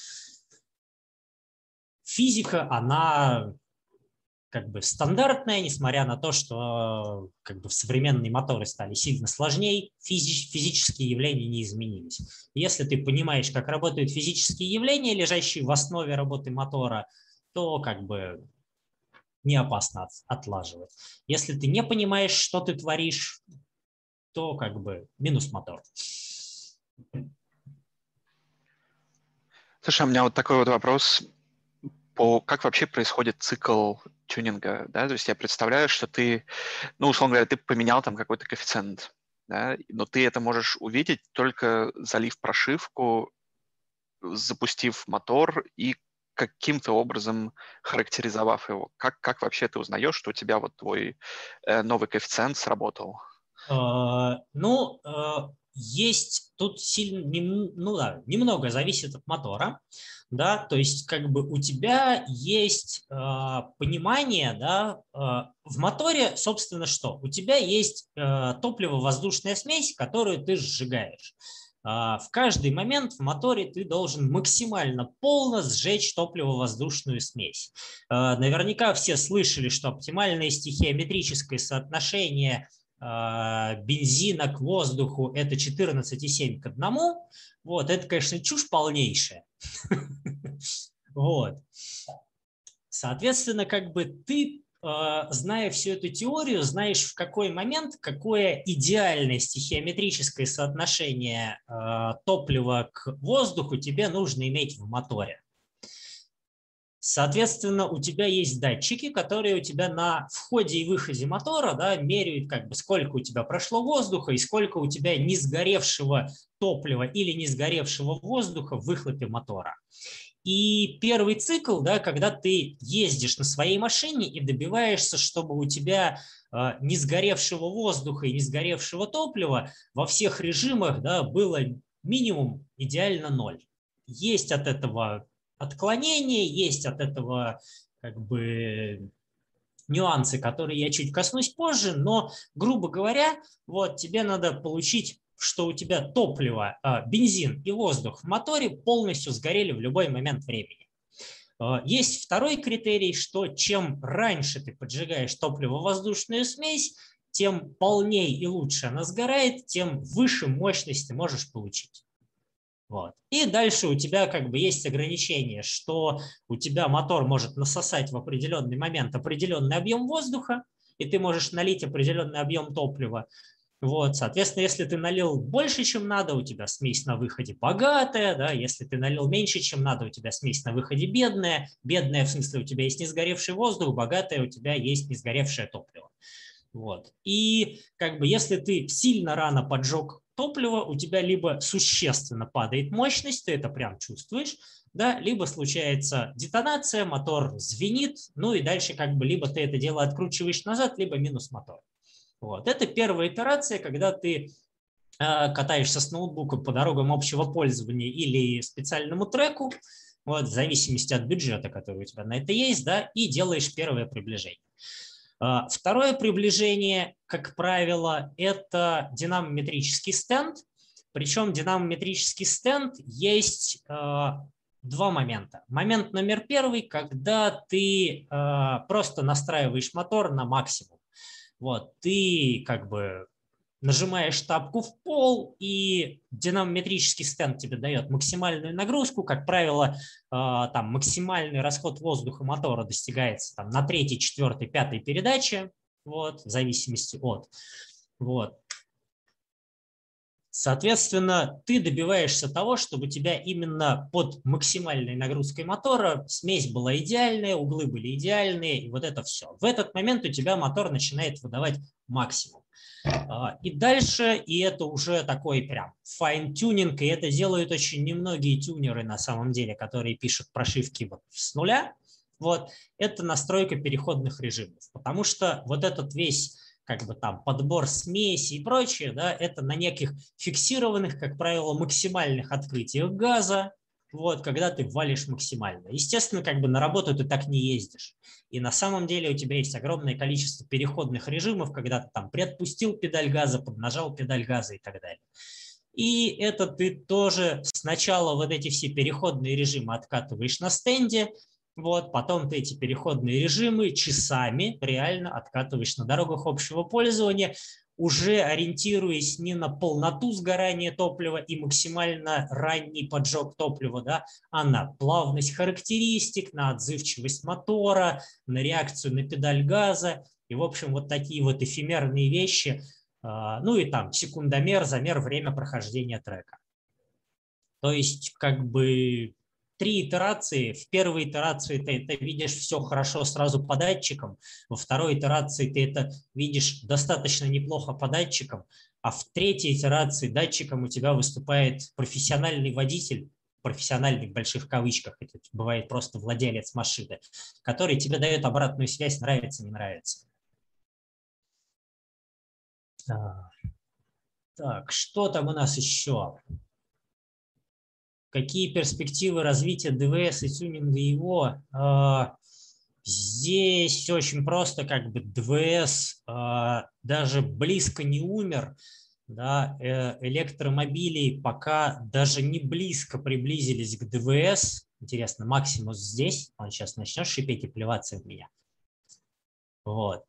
физика, она как бы стандартная, несмотря на то, что как бы современные моторы стали сильно сложнее, физи- физические явления не изменились. Если ты понимаешь, как работают физические явления, лежащие в основе работы мотора, то как бы не опасно от, отлаживать. Если ты не понимаешь, что ты творишь, то как бы минус мотор. Слушай, у меня вот такой вот вопрос. По, как вообще происходит цикл тюнинга, да, то есть я представляю, что ты, ну, условно говоря, ты поменял там какой-то коэффициент, да, но ты это можешь увидеть только залив прошивку, запустив мотор и каким-то образом характеризовав его. Как, как вообще ты узнаешь, что у тебя вот твой э, новый коэффициент сработал? Ну, есть тут сильно, ну да, немного зависит от мотора, да, то есть как бы у тебя есть э, понимание, да, э, в моторе, собственно, что? У тебя есть э, топливо-воздушная смесь, которую ты сжигаешь. Э, в каждый момент в моторе ты должен максимально полно сжечь топливо-воздушную смесь. Э, наверняка все слышали, что оптимальное стихиометрическое соотношение бензина к воздуху это четырнадцать и семь к одному. Вот, это, конечно, чушь полнейшая. Вот. Соответственно, как бы ты, зная всю эту теорию, знаешь, в какой момент, какое идеальное стихиометрическое соотношение топлива к воздуху тебе нужно иметь в моторе. Соответственно, у тебя есть датчики, которые у тебя на входе и выходе мотора, да, меряют, как бы, сколько у тебя прошло воздуха и сколько у тебя не сгоревшего топлива или не сгоревшего воздуха в выхлопе мотора. И первый цикл, да, когда ты ездишь на своей машине и добиваешься, чтобы у тебя э, не сгоревшего воздуха и не сгоревшего топлива во всех режимах, да, было минимум идеально ноль. Есть от этого отклонения, есть от этого как бы нюансы, которые я чуть коснусь позже, но, грубо говоря, вот тебе надо получить, что у тебя топливо, бензин и воздух в моторе полностью сгорели в любой момент времени. Есть второй критерий, что чем раньше ты поджигаешь топливо-воздушную смесь, тем полнее и лучше она сгорает, тем выше мощность ты можешь получить. Вот. И дальше у тебя как бы есть ограничение, что у тебя мотор может насосать в определенный момент определенный объем воздуха, и ты можешь налить определенный объем топлива. Вот. Соответственно, если ты налил больше, чем надо, у тебя смесь на выходе богатая, да? Если ты налил меньше, чем надо, у тебя смесь на выходе бедная. Бедная в смысле у тебя есть несгоревший воздух, богатая у тебя есть несгоревшее топливо. Вот. И как бы если ты сильно рано поджег топливо, у тебя либо существенно падает мощность, ты это прям чувствуешь, да, либо случается детонация, мотор звенит, ну и дальше как бы либо ты это дело откручиваешь назад, либо минус мотор. Вот. Это первая итерация, когда ты э, катаешься с ноутбуком по дорогам общего пользования или специальному треку, вот, в зависимости от бюджета, который у тебя на это есть, да, и делаешь первое приближение. Второе приближение, как правило, это динамометрический стенд. Причем динамометрический стенд есть э, два момента. Момент номер первый, когда ты э, просто настраиваешь мотор на максимум. Вот, ты как бы нажимаешь тапку в пол, и динамометрический стенд тебе дает максимальную нагрузку. Как правило, там максимальный расход воздуха мотора достигается там, на третьей, четвертой, пятой передаче, вот, в зависимости от. Вот. Соответственно, ты добиваешься того, чтобы у тебя именно под максимальной нагрузкой мотора смесь была идеальная, углы были идеальные, и вот это все. В этот момент у тебя мотор начинает выдавать максимум. И дальше, и это уже такой прям файн-тюнинг, и это делают очень немногие тюнеры на самом деле, которые пишут прошивки вот с нуля. Вот, это настройка переходных режимов, потому что вот этот весь как бы там подбор смеси и прочее, да, это на неких фиксированных, как правило, максимальных открытиях газа, вот, когда ты валишь максимально. Естественно, как бы на работу ты так не ездишь. И на самом деле у тебя есть огромное количество переходных режимов, когда ты там приотпустил педаль газа, поднажал педаль газа и так далее. И это ты тоже сначала вот эти все переходные режимы откатываешь на стенде, вот, потом ты эти переходные режимы часами реально откатываешь на дорогах общего пользования, уже ориентируясь не на полноту сгорания топлива и максимально ранний поджог топлива, да, а на плавность характеристик, на отзывчивость мотора, на реакцию на педаль газа. И, в общем, вот такие вот эфемерные вещи. Ну и там секундомер, замер время прохождения трека. То есть как бы три итерации. В первой итерации ты это видишь все хорошо сразу по датчикам, во второй итерации ты это видишь достаточно неплохо по датчикам, а в третьей итерации датчиком у тебя выступает профессиональный водитель, профессиональный в больших кавычках, это бывает просто владелец машины, который тебе дает обратную связь, нравится, не нравится. Так, что там у нас еще? Какие перспективы развития ДВС и тюнинга его? Здесь все очень просто, как бы ДВС даже близко не умер, да, электромобили пока даже не близко приблизились к ДВС. Интересно, Максимус здесь, он сейчас начнет шипеть и плеваться в меня. Вот.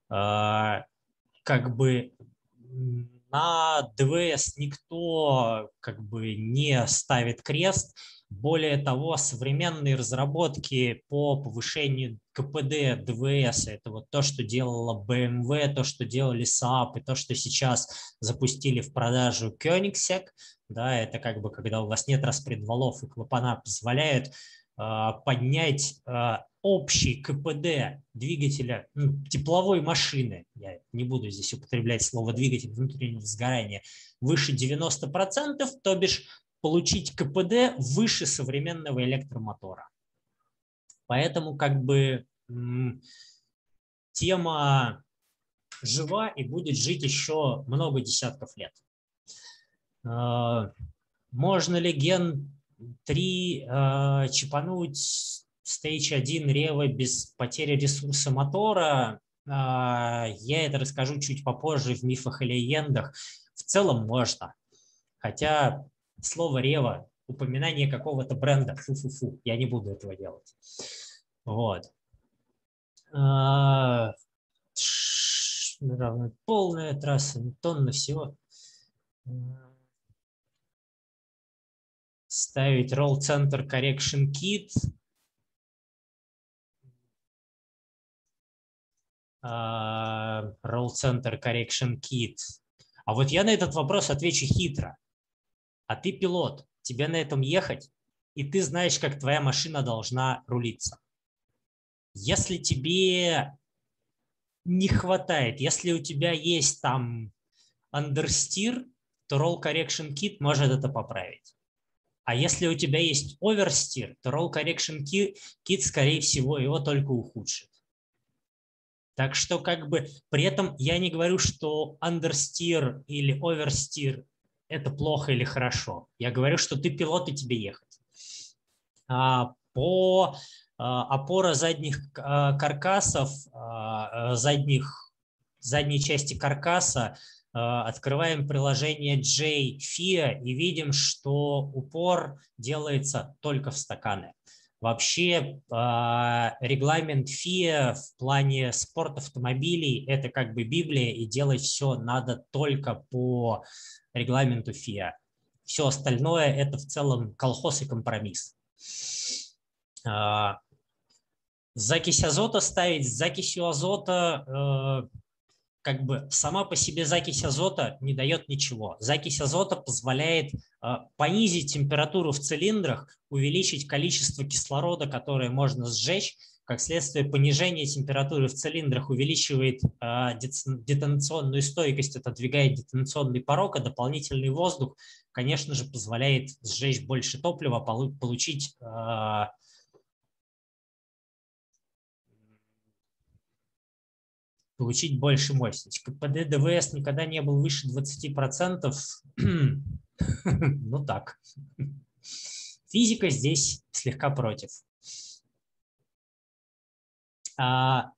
Как бы на ДВС никто как бы не ставит крест. Более того, современные разработки по повышению КПД ДВС, это вот то, что делала бэ эм вэ, то, что делали Saab, и то, что сейчас запустили в продажу Koenigsegg, да, это как бы когда у вас нет распредвалов и клапана позволяют э, поднять э, общий КПД двигателя, ну, тепловой машины, я не буду здесь употреблять слово двигатель внутреннего сгорания, выше девяноста процентов, то бишь получить КПД выше современного электромотора. Поэтому как бы тема жива и будет жить еще много десятков лет. Можно ли ген три чипануть Stage один Revo без потери ресурса мотора? Я это расскажу чуть попозже в мифах и легендах. В целом можно. Хотя слово Revo, упоминание какого-то бренда, фу-фу-фу, я не буду этого делать. Вот. Полная трасса, тонна всего. Ставить Roll Center Correction Kit. Roll Center Correction Kit. А вот я на этот вопрос отвечу хитро. А ты пилот, тебе на этом ехать, и ты знаешь, как твоя машина должна рулиться. Если тебе не хватает, если у тебя есть там understeer, то Roll Correction Kit может это поправить. А если у тебя есть oversteer, то Roll Correction Kit, скорее всего, его только ухудшит. Так что как бы при этом я не говорю, что understeer или oversteer это плохо или хорошо. Я говорю, что ты пилот и тебе ехать. А, по а, опора задних а, каркасов, а, задних, задней части каркаса а, открываем приложение джей эф ай и видим, что упор делается только в стаканы. Вообще регламент эф ай в плане спорт-автомобилей – это как бы Библия, и делать все надо только по регламенту эф ай. Все остальное – это в целом колхоз и компромисс. Закись азота ставить. С закисью азота как бы сама по себе закись азота не дает ничего. Закись азота позволяет э, понизить температуру в цилиндрах, увеличить количество кислорода, которое можно сжечь. Как следствие, понижение температуры в цилиндрах увеличивает э, детонационную стойкость, отодвигает детонационный порог, а дополнительный воздух, конечно же, позволяет сжечь больше топлива, получить э, получить больше мощности. КПД ДВС никогда не был выше двадцати процентов. Ну так. Физика здесь слегка против. А,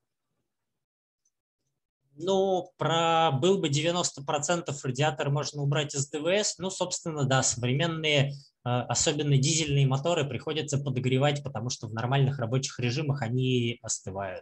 ну, про был бы девяносто процентов радиатор можно убрать из ДВС. Ну, собственно, да, современные, особенно дизельные моторы, приходится подогревать, потому что в нормальных рабочих режимах они остывают.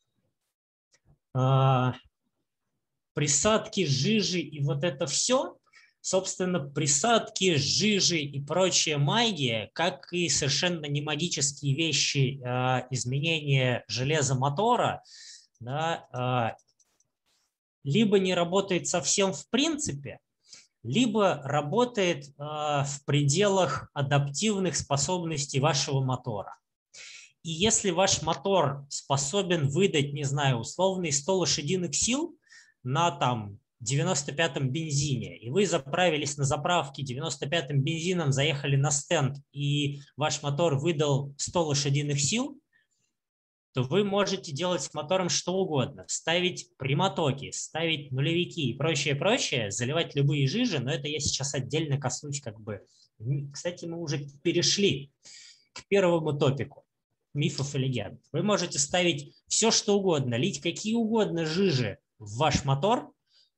А, присадки, жижи и вот это все, собственно, присадки, жижи и прочая магия, как и совершенно не магические вещи, а, изменения железа мотора, да, а, либо не работает совсем в принципе, либо работает э, в пределах адаптивных способностей вашего мотора. И если ваш мотор способен выдать, не знаю, условные сто лошадиных сил на там девяносто пятом бензине, и вы заправились на заправке девяносто пятым бензином, заехали на стенд, и ваш мотор выдал сто лошадиных сил, то вы можете делать с мотором что угодно. Ставить прямотоки, ставить нулевики и прочее, прочее, заливать любые жижи, но это я сейчас отдельно коснусь как бы. Кстати, мы уже перешли к первому топику мифов и легенд. Вы можете ставить все, что угодно, лить какие угодно жижи в ваш мотор,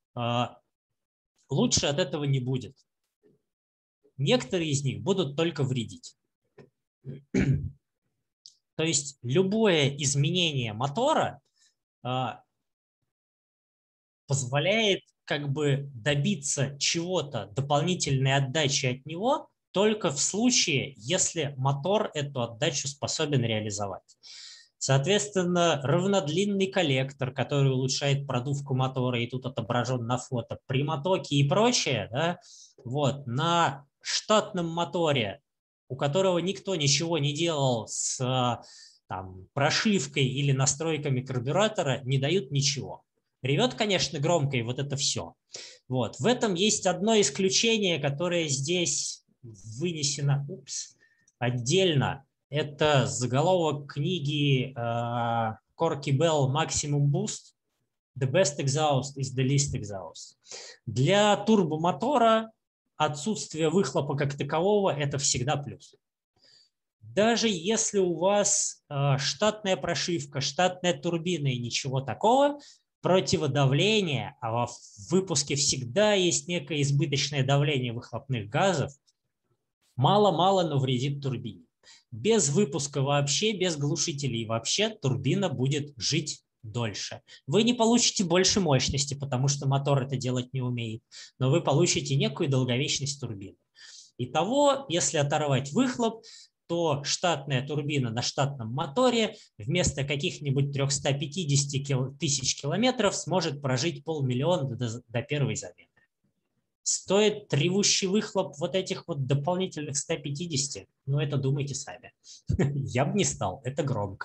лучше от этого не будет. Некоторые из них будут только вредить. То есть любое изменение мотора а, позволяет как бы добиться чего-то, дополнительной отдачи от него, только в случае, если мотор эту отдачу способен реализовать. Соответственно, равнодлинный коллектор, который улучшает продувку мотора, и тут отображен на фото, прямотоки и прочее, да, вот, на штатном моторе, у которого никто ничего не делал с там, прошивкой или настройками карбюратора, не дают ничего. Ревет, конечно, громко, и вот это все. Вот. В этом есть одно исключение, которое здесь вынесено упс, отдельно. Это заголовок книги uh, Corky Bell Maximum Boost. The best exhaust is the least exhaust. Для турбомотора отсутствие выхлопа как такового – это всегда плюс. Даже если у вас э, штатная прошивка, штатная турбина и ничего такого, противодавление, а во выпуске всегда есть некое избыточное давление выхлопных газов, мало-мало, но вредит турбине. Без выпуска вообще, без глушителей вообще турбина будет жить дольше. Вы не получите больше мощности, потому что мотор это делать не умеет, но вы получите некую долговечность турбины. Итого, если оторвать выхлоп, то штатная турбина на штатном моторе вместо каких-нибудь трёхсот пятидесяти тысяч километров сможет прожить полмиллиона до, до первой замены. Стоит ревущий выхлоп вот этих вот дополнительных ста пятидесяти? Ну, это думайте сами. Я бы не стал, это громко.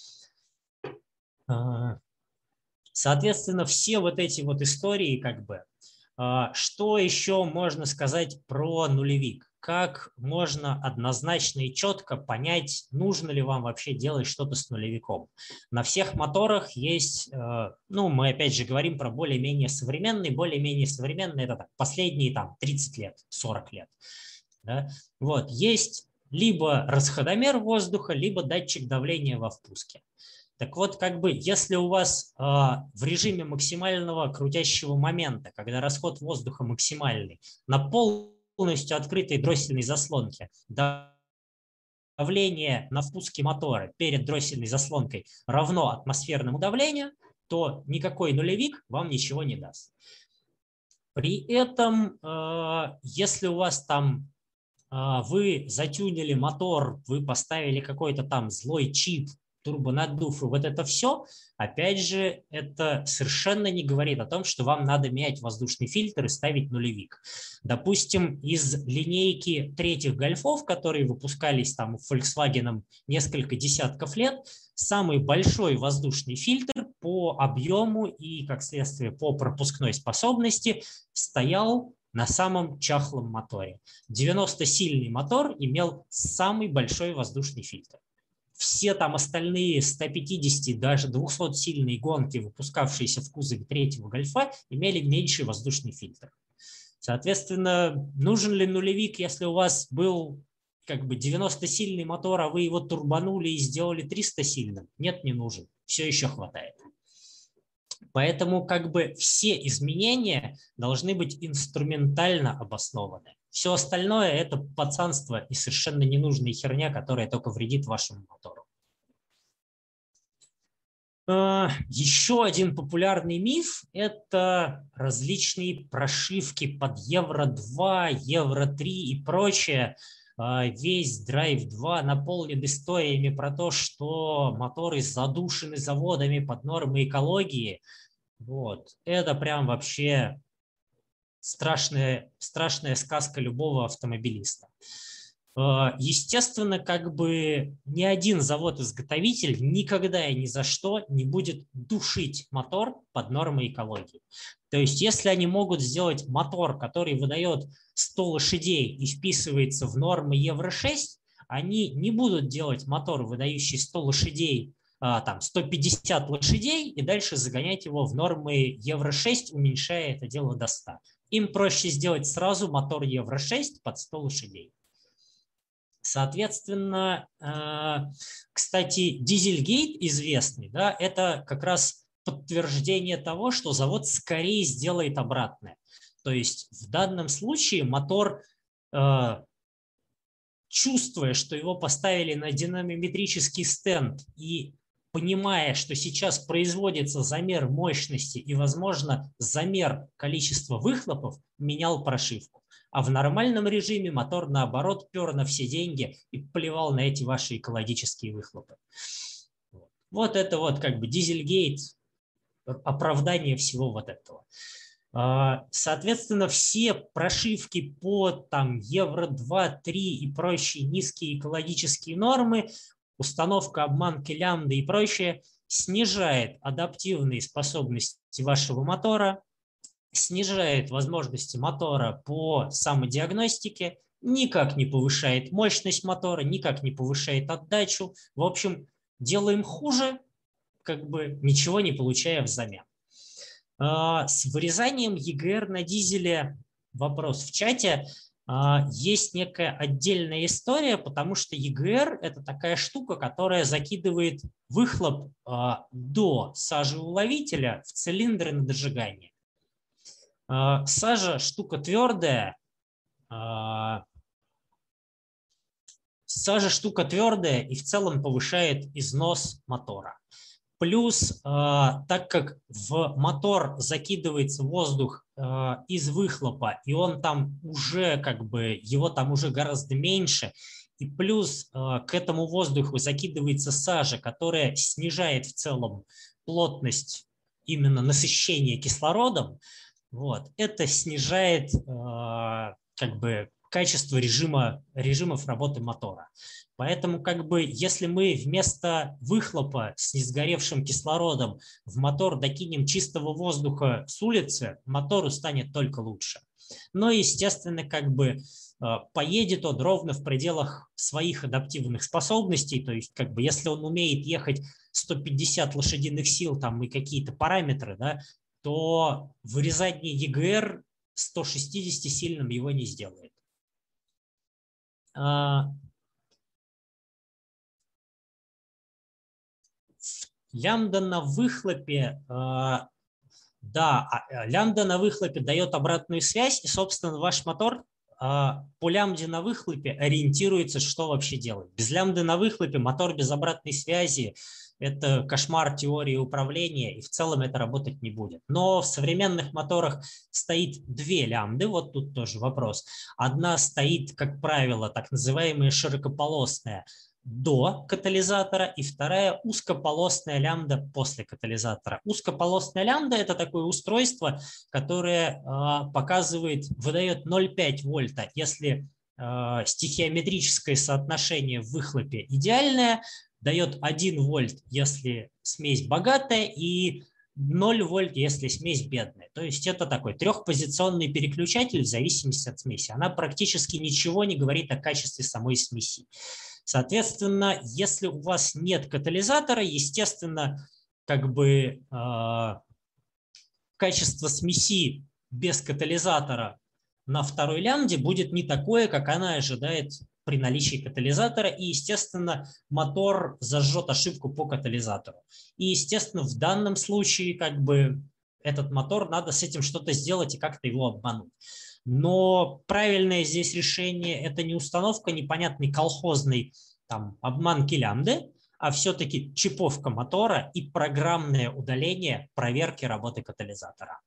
Соответственно, все вот эти вот истории, как бы, что еще можно сказать про нулевик? Как можно однозначно и четко понять, нужно ли вам вообще делать что-то с нулевиком? На всех моторах есть, ну, мы опять же говорим про более-менее современные, более-менее современные, это так, последние там тридцать лет, сорок лет. Да? Вот, есть либо расходомер воздуха, либо датчик давления во впуске. Так вот, как бы, если у вас э, в режиме максимального крутящего момента, когда расход воздуха максимальный, на полностью открытой дроссельной заслонке давление на впуске мотора перед дроссельной заслонкой равно атмосферному давлению, то никакой нулевик вам ничего не даст. При этом, э, если у вас там э, вы затюнили мотор, вы поставили какой-то там злой чип, турбонаддув и вот это все, опять же, это совершенно не говорит о том, что вам надо менять воздушный фильтр и ставить нулевик. Допустим, из линейки третьих гольфов, которые выпускались там Volkswagen несколько десятков лет, самый большой воздушный фильтр по объему и, как следствие, по пропускной способности стоял на самом чахлом моторе. девяносто-сильный мотор имел самый большой воздушный фильтр. все там остальные сто пятьдесят, даже двухсотсильные гонки, выпускавшиеся в кузове третьего Гольфа, имели меньший воздушный фильтр. Соответственно, нужен ли нулевик, если у вас был как бы девяностосильный мотор, а вы его турбанули и сделали тристосильным? Нет, не нужен. Все еще хватает. Поэтому как бы все изменения должны быть инструментально обоснованы. Все остальное – это пацанство и совершенно ненужная херня, которая только вредит вашему мотору. Еще один популярный миф – это различные прошивки под евро два, евро три и прочее. Весь драйв два наполнен историями про то, что моторы задушены заводами под нормы экологии. Вот. Это прям вообще страшная, страшная сказка любого автомобилиста. Естественно, как бы ни один завод-изготовитель никогда и ни за что не будет душить мотор под нормой экологии. То есть если они могут сделать мотор, который выдает сто лошадей и вписывается в нормы евро шесть, они не будут делать мотор, выдающий сто лошадей, там, сто пятьдесят лошадей, и дальше загонять его в нормы евро шесть, уменьшая это дело до ста. Им проще сделать сразу мотор евро шесть под сто лошадей. Соответственно, кстати, Дизельгейт известный, да, это как раз подтверждение того, что завод скорее сделает обратное. То есть в данном случае мотор, чувствуя, что его поставили на динамометрический стенд и понимая, что сейчас производится замер мощности и, возможно, замер количества выхлопов, менял прошивку. А в нормальном режиме мотор, наоборот, пер на все деньги и плевал на эти ваши экологические выхлопы. Вот это вот как бы Дизельгейт, оправдание всего вот этого. Соответственно, все прошивки под там евро два, три и прочие низкие экологические нормы, установка обманки лямбда и прочее, снижает адаптивные способности вашего мотора, снижает возможности мотора по самодиагностике, никак не повышает мощность мотора, никак не повышает отдачу. В общем, делаем хуже, как бы ничего не получая взамен. С вырезанием и гэ эр на дизеле, вопрос в чате, есть некая отдельная история, потому что и гэ эр – это такая штука, которая закидывает выхлоп до сажеуловителя в цилиндры на дожигание. Сажа штука твердая, сажа штука твердая и в целом повышает износ мотора. Плюс, так как в мотор закидывается воздух из выхлопа, и он там уже, как бы, его там уже гораздо меньше, и плюс к этому воздуху закидывается сажа, которая снижает в целом плотность именно насыщения кислородом, вот, это снижает как бы качество режима, режимов работы мотора. Поэтому, как бы, если мы вместо выхлопа с несгоревшим кислородом в мотор докинем чистого воздуха с улицы, мотору станет только лучше. Но, естественно, как бы поедет он ровно в пределах своих адаптивных способностей. То есть, как бы, если он умеет ехать сто пятьдесят лошадиных сил там, и какие-то параметры, да, то вырезание и гэ эр сто шестидесятисильным его не сделает. Лямбда на выхлопе, да, лямбда на выхлопе дает обратную связь, и, собственно, ваш мотор по лямбде на выхлопе ориентируется, что вообще делать. Без лямбды на выхлопе мотор без обратной связи – это кошмар теории управления, и в целом это работать не будет. Но в современных моторах стоит две лямбды, вот тут тоже вопрос. Одна стоит, как правило, так называемая широкополосная до катализатора, и вторая узкополосная лямбда после катализатора. Узкополосная лямбда – это такое устройство, которое э, показывает, выдает ноль целых пять десятых вольта, если э, стихиометрическое соотношение в выхлопе идеальное, дает один вольт, если смесь богатая, и ноль вольт, если смесь бедная. То есть это такой трехпозиционный переключатель в зависимости от смеси. Она практически ничего не говорит о качестве самой смеси. Соответственно, если у вас нет катализатора, естественно, как бы э, качество смеси без катализатора на второй лямбде будет не такое, как она ожидает при наличии катализатора, и, естественно, мотор зажжет ошибку по катализатору. И, естественно, в данном случае как бы этот мотор, надо с этим что-то сделать и как-то его обмануть. Но правильное здесь решение – это не установка непонятной колхозной там, обманки лямбды, а все-таки чиповка мотора и программное удаление проверки работы катализатора.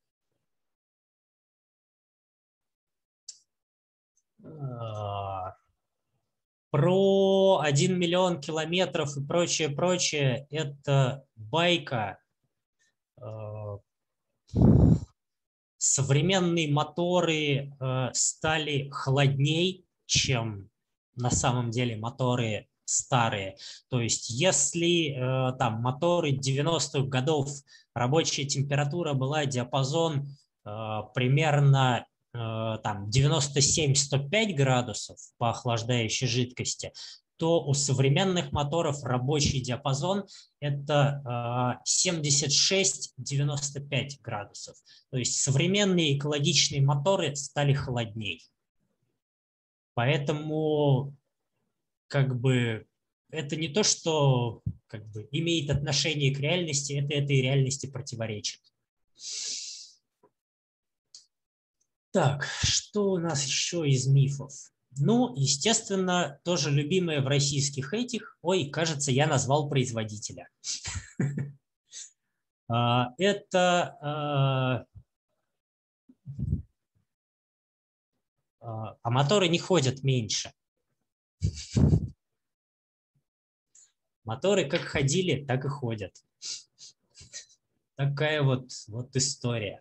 Про один миллион километров и прочее, прочее, это байка. Современные моторы стали холодней, чем на самом деле моторы старые. То есть если там моторы девяностых годов, рабочая температура была диапазон примерно там девяносто семь — сто пять градусов по охлаждающей жидкости, то у современных моторов рабочий диапазон это семьдесят шесть — девяносто пять градусов. То есть современные экологичные моторы стали холодней. Поэтому как бы это не то, что как бы имеет отношение к реальности, это этой реальности противоречит. Так, что у нас еще из мифов? Ну, естественно, тоже любимое в российских этих. Ой, кажется, я назвал производителя. Это а моторы не ходят меньше. Моторы как ходили, так и ходят. Такая вот, вот история.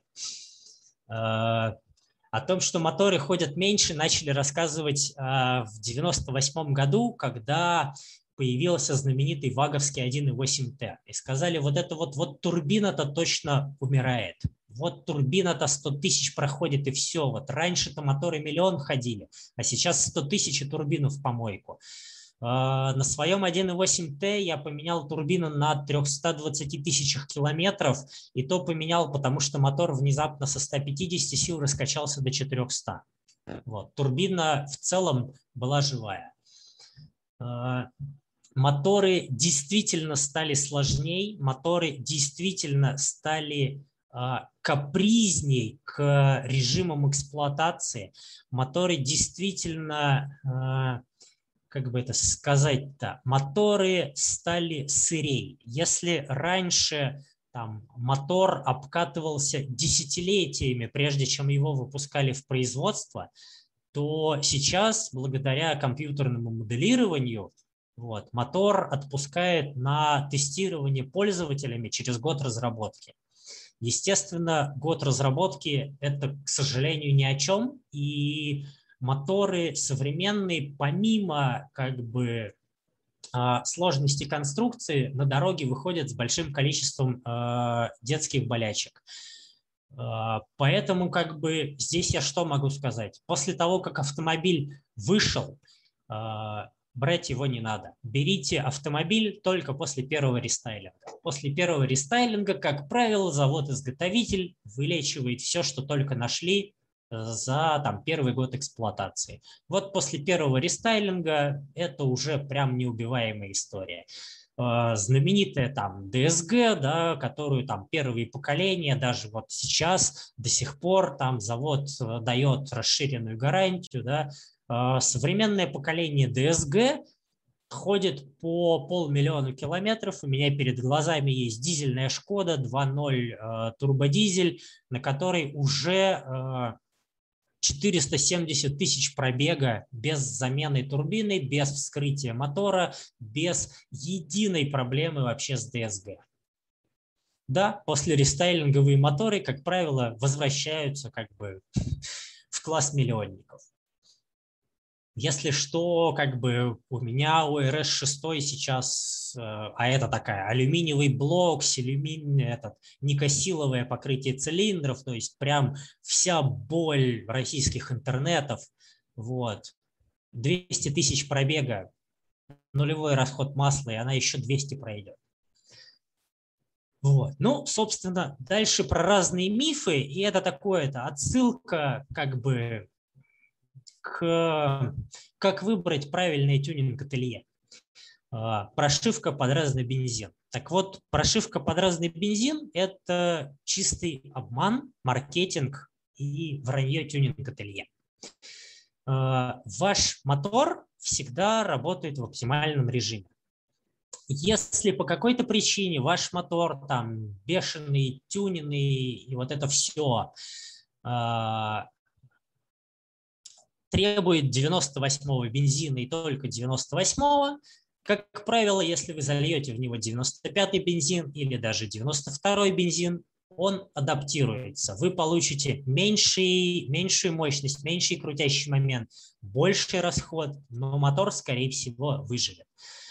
О том, что моторы ходят меньше, начали рассказывать в девяносто восьмом году, когда появился знаменитый ваговский один и восемь тэ. И сказали, вот это вот, вот турбина-то точно умирает. Вот турбина-то сто тысяч проходит и все. Вот раньше-то моторы миллион ходили, а сейчас сто тысяч и турбину в помойку. На своем один и восемь тэ я поменял турбину на трёхстах двадцати тысячах километров, и то поменял, потому что мотор внезапно со ста пятидесяти сил раскачался до четырёхсот. Вот. Турбина в целом была живая. Моторы действительно стали сложней, моторы действительно стали капризней к режимам эксплуатации, моторы действительно... как бы это сказать-то, моторы стали сырей. Если раньше там, мотор обкатывался десятилетиями, прежде чем его выпускали в производство, то сейчас, благодаря компьютерному моделированию, вот, мотор отпускает на тестирование пользователями через год разработки. Естественно, год разработки – это, к сожалению, ни о чем, и моторы современные, помимо как бы сложности конструкции, на дороге выходят с большим количеством детских болячек. Поэтому как бы здесь я что могу сказать? После того, как автомобиль вышел, брать его не надо. Берите автомобиль только после первого рестайлинга. После первого рестайлинга, как правило, завод-изготовитель вылечивает все, что только нашли за там, первый год эксплуатации. Вот после первого рестайлинга это уже прям неубиваемая история. Знаменитая там дэ эс гэ, да, которую там первые поколения, даже вот сейчас до сих пор там завод дает расширенную гарантию, да. Современное поколение дэ эс гэ ходит по полмиллиона километров. У меня перед глазами есть дизельная Шкода два ноль э, турбодизель, на которой уже э, четыреста семьдесят тысяч пробега без замены турбины, без вскрытия мотора, без единой проблемы вообще с дэ эс гэ. Да, после рестайлинговые моторы, как правило, возвращаются как бы в класс миллионников. Если что, как бы у меня о эр эс шесть сейчас, а это такая алюминиевый блок, алюминий, этот, никосиловое покрытие цилиндров, то есть прям вся боль российских интернетов. Вот. двести тысяч пробега нулевой расход масла, и она еще двести пройдет. Вот. Ну, собственно, дальше про разные мифы, и это такое-то отсылка как бы к как выбрать правильный тюнинг-ателье. Прошивка под разный бензин. Так вот, прошивка под разный бензин – это чистый обман, маркетинг и вранье тюнинг-ателье. Ваш мотор всегда работает в оптимальном режиме. Если по какой-то причине ваш мотор там бешеный, тюненный и вот это все требует девяносто восьмого бензина и только девяносто восьмого, как правило, если вы зальете в него девяносто пятый бензин или даже девяносто второй бензин, он адаптируется. Вы получите меньший, меньшую мощность, меньший крутящий момент, больший расход, но мотор, скорее всего, выживет.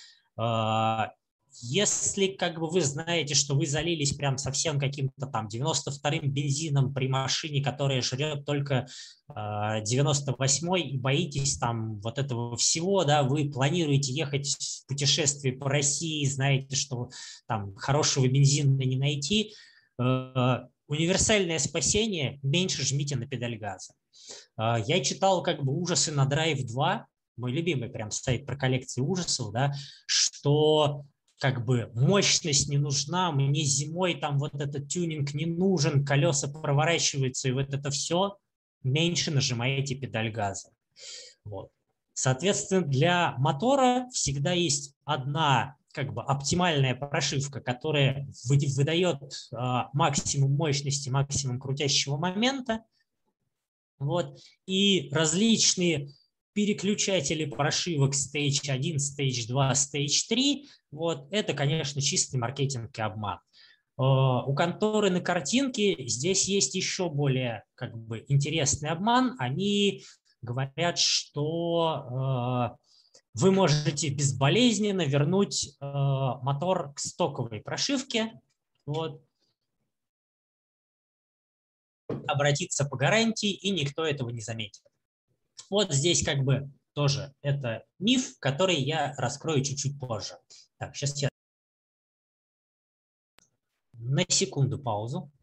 Если как бы вы знаете, что вы залились прям совсем каким-то там девяносто вторым бензином при машине, которая жрет только девяносто восьмой, и боитесь там вот этого всего, да, вы планируете ехать в путешествие по России, знаете, что там хорошего бензина не найти, универсальное спасение – меньше жмите на педаль газа. Я читал как бы ужасы на драйв два, мой любимый прям сайт про коллекции ужасов, да, что как бы мощность не нужна, мне зимой там вот этот тюнинг не нужен, колеса проворачиваются, и вот это все, меньше нажимаете педаль газа. Вот. Соответственно, для мотора всегда есть одна как бы оптимальная прошивка, которая выдает а, максимум мощности, максимум крутящего момента. Вот. И различные переключатели прошивок Stage один, Stage два, Stage три, вот, это, конечно, чистый маркетинг и обман. У конторы на картинке здесь есть еще более как бы интересный обман. Они говорят, что вы можете безболезненно вернуть мотор к стоковой прошивке, вот, обратиться по гарантии, и никто этого не заметит. Вот здесь как бы тоже это миф, который я раскрою чуть-чуть позже. Так, сейчас я на секунду паузу.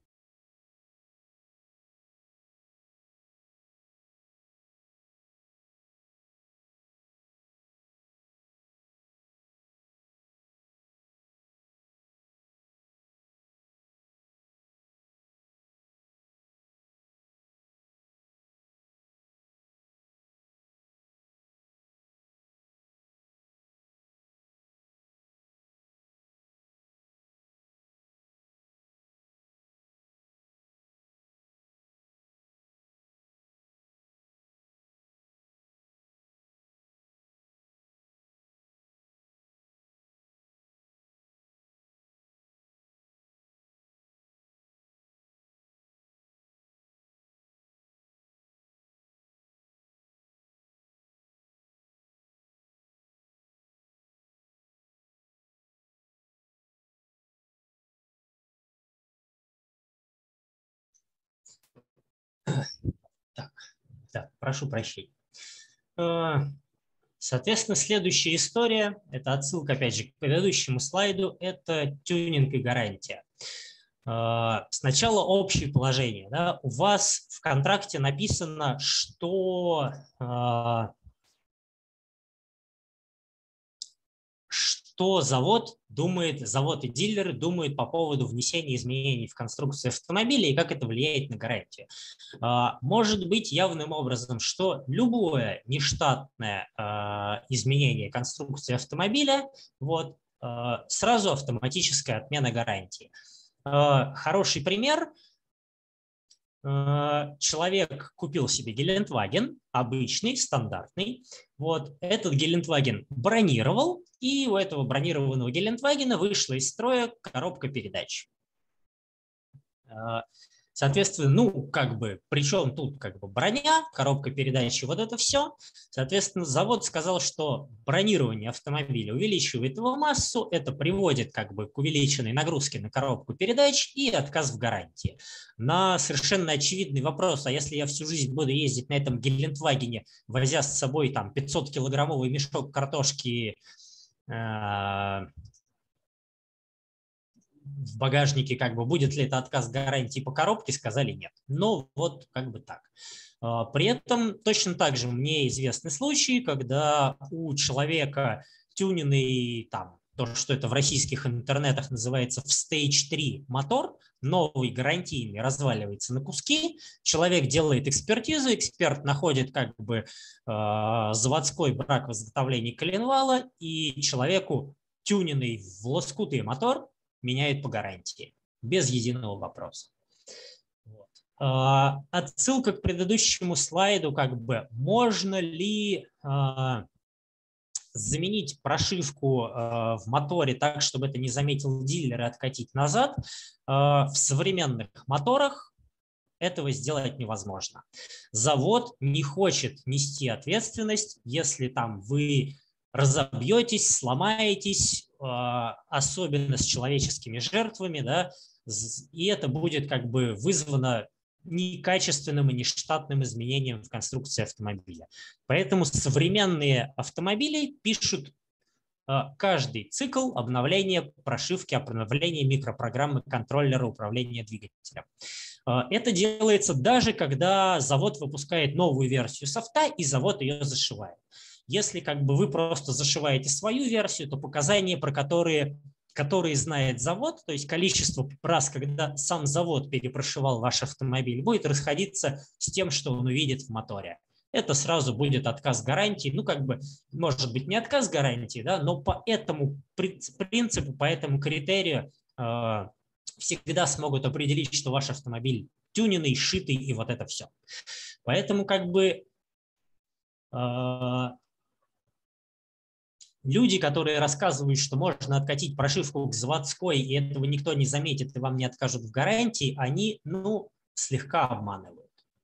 Так, так, прошу прощения. Соответственно, следующая история, это отсылка, опять же, к предыдущему слайду, это тюнинг и гарантия. Сначала общее положение. Да? У вас в контракте написано, что, что завод думает, завод и дилеры думают по поводу внесения изменений в конструкцию автомобиля и как это влияет на гарантию. Может быть явным образом, что любое нештатное изменение конструкции автомобиля, вот, сразу автоматическая отмена гарантии. Хороший пример. Человек купил себе Гелендваген, обычный, стандартный. Вот, этот Гелендваген бронировал, и у этого бронированного Гелендвагена вышла из строя коробка передач. Соответственно, ну, как бы, причем тут как бы броня, коробка передач, вот это все. Соответственно, завод сказал, что бронирование автомобиля увеличивает его массу, это приводит как бы к увеличенной нагрузке на коробку передач и отказ в гарантии. На совершенно очевидный вопрос, а если я всю жизнь буду ездить на этом Гелендвагене, возя с собой там пятисоткилограммовый мешок картошки, э в багажнике, как бы, будет ли это отказ гарантии по коробке, сказали нет. Но вот как бы так. При этом точно так же мне известны случаи, когда у человека тюненный, там, то, что это в российских интернетах называется в Stage три мотор, новый гарантийный, разваливается на куски, человек делает экспертизу, эксперт находит как бы заводской брак в изготовлении коленвала, и человеку тюненный в лоскутый мотор меняет по гарантии, без единого вопроса. Вот. А, отсылка к предыдущему слайду, как бы, можно ли а, заменить прошивку а, в моторе так, чтобы это не заметил дилер и откатить назад, а, в современных моторах этого сделать невозможно. Завод не хочет нести ответственность, если там вы разобьетесь, сломаетесь, особенно с человеческими жертвами, да, и это будет как бы вызвано некачественным и нештатным изменением в конструкции автомобиля. Поэтому современные автомобили пишут каждый цикл обновления прошивки, обновления микропрограммы контроллера управления двигателем. Это делается даже когда завод выпускает новую версию софта, и завод ее зашивает. Если как бы вы просто зашиваете свою версию, то показания, про которые, которые знает завод, то есть количество раз, когда сам завод перепрошивал ваш автомобиль, будет расходиться с тем, что он увидит в моторе. Это сразу будет отказ гарантии. Ну, как бы, может быть, не отказ гарантии, да, но по этому принципу, по этому критерию э, всегда смогут определить, что ваш автомобиль тюненный, шитый и вот это все. Поэтому как бы э, люди, которые рассказывают, что можно откатить прошивку к заводской, и этого никто не заметит, и вам не откажут в гарантии, они, ну, слегка обманывают.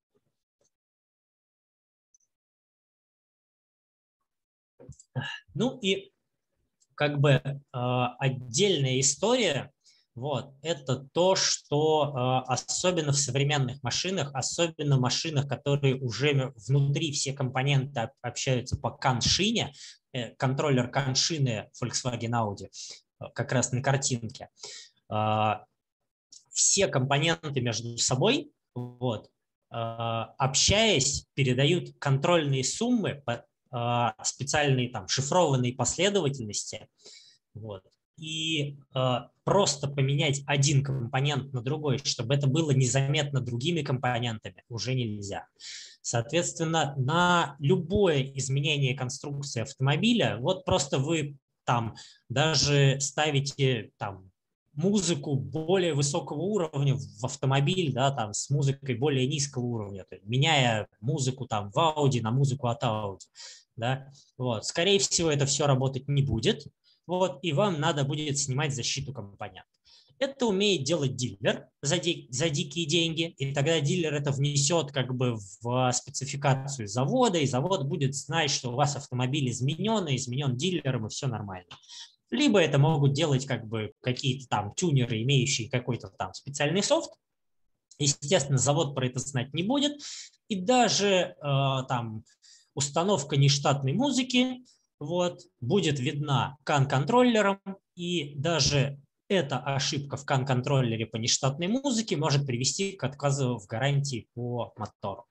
Ну и как бы э, отдельная история, вот, это то, что э, особенно в современных машинах, особенно в машинах, которые уже внутри все компоненты общаются по CAN-шине, э, контроллер CAN-шины Volkswagen Audi, э, как раз на картинке, э, все компоненты между собой, вот, э, общаясь, передают контрольные суммы по специальные там шифрованные последовательности, вот, и э, просто поменять один компонент на другой, чтобы это было незаметно другими компонентами, уже нельзя. Соответственно, на любое изменение конструкции автомобиля, вот просто вы там даже ставите там музыку более высокого уровня в автомобиль, да, там с музыкой более низкого уровня, то есть, меняя музыку там в Audi на музыку от Audi. Да? Вот. Скорее всего, это все работать не будет, вот, и вам надо будет снимать защиту компонентов. Это умеет делать дилер за, ди, за дикие деньги, и тогда дилер это внесет как бы в спецификацию завода, и завод будет знать, что у вас автомобиль изменен, и изменен дилером, и все нормально. Либо это могут делать как бы какие-то там тюнеры, имеющие какой-то там специальный софт. Естественно, завод про это знать не будет, и даже э, там установка нештатной музыки вот, будет видна CAN-контроллером, и даже эта ошибка в CAN-контроллере по нештатной музыке может привести к отказу в гарантии по мотору.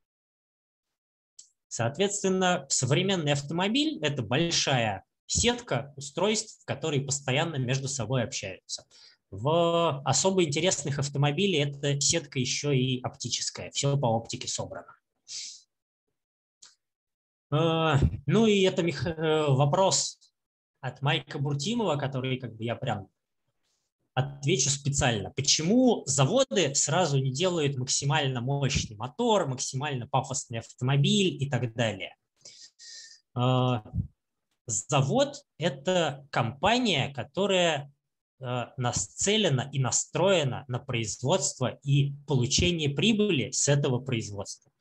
Соответственно, современный автомобиль – это большая сетка устройств, которые постоянно между собой общаются. В особо интересных автомобилях эта сетка еще и оптическая, все по оптике собрано. Ну и это вопрос от Майка Буртимова, который как бы я прям отвечу специально. Почему заводы сразу не делают максимально мощный мотор, максимально пафосный автомобиль и так далее? Завод – это компания, которая нацелена и настроена на производство и получение прибыли с этого производства.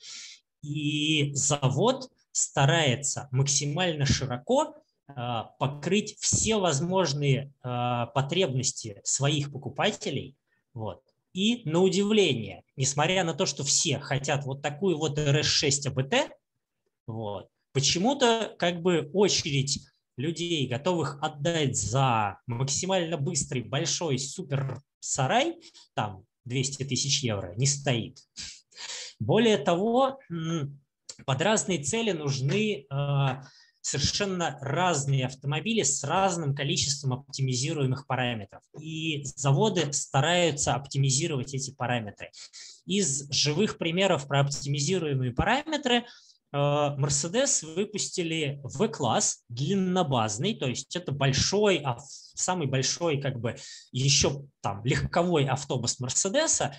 И завод старается максимально широко покрыть все возможные потребности своих покупателей. Вот. И на удивление, несмотря на то, что все хотят вот такую вот эр эс шесть а бэ тэ, вот, почему-то как бы очередь людей, готовых отдать за максимально быстрый, большой супер сарай, там двести тысяч евро, не стоит. Более того, под разные цели нужны совершенно разные автомобили с разным количеством оптимизируемых параметров. И заводы стараются оптимизировать эти параметры. Из живых примеров про оптимизируемые параметры Mercedes выпустили V-класс длиннобазный, то есть это большой, самый большой, как бы еще там легковой автобус Mercedes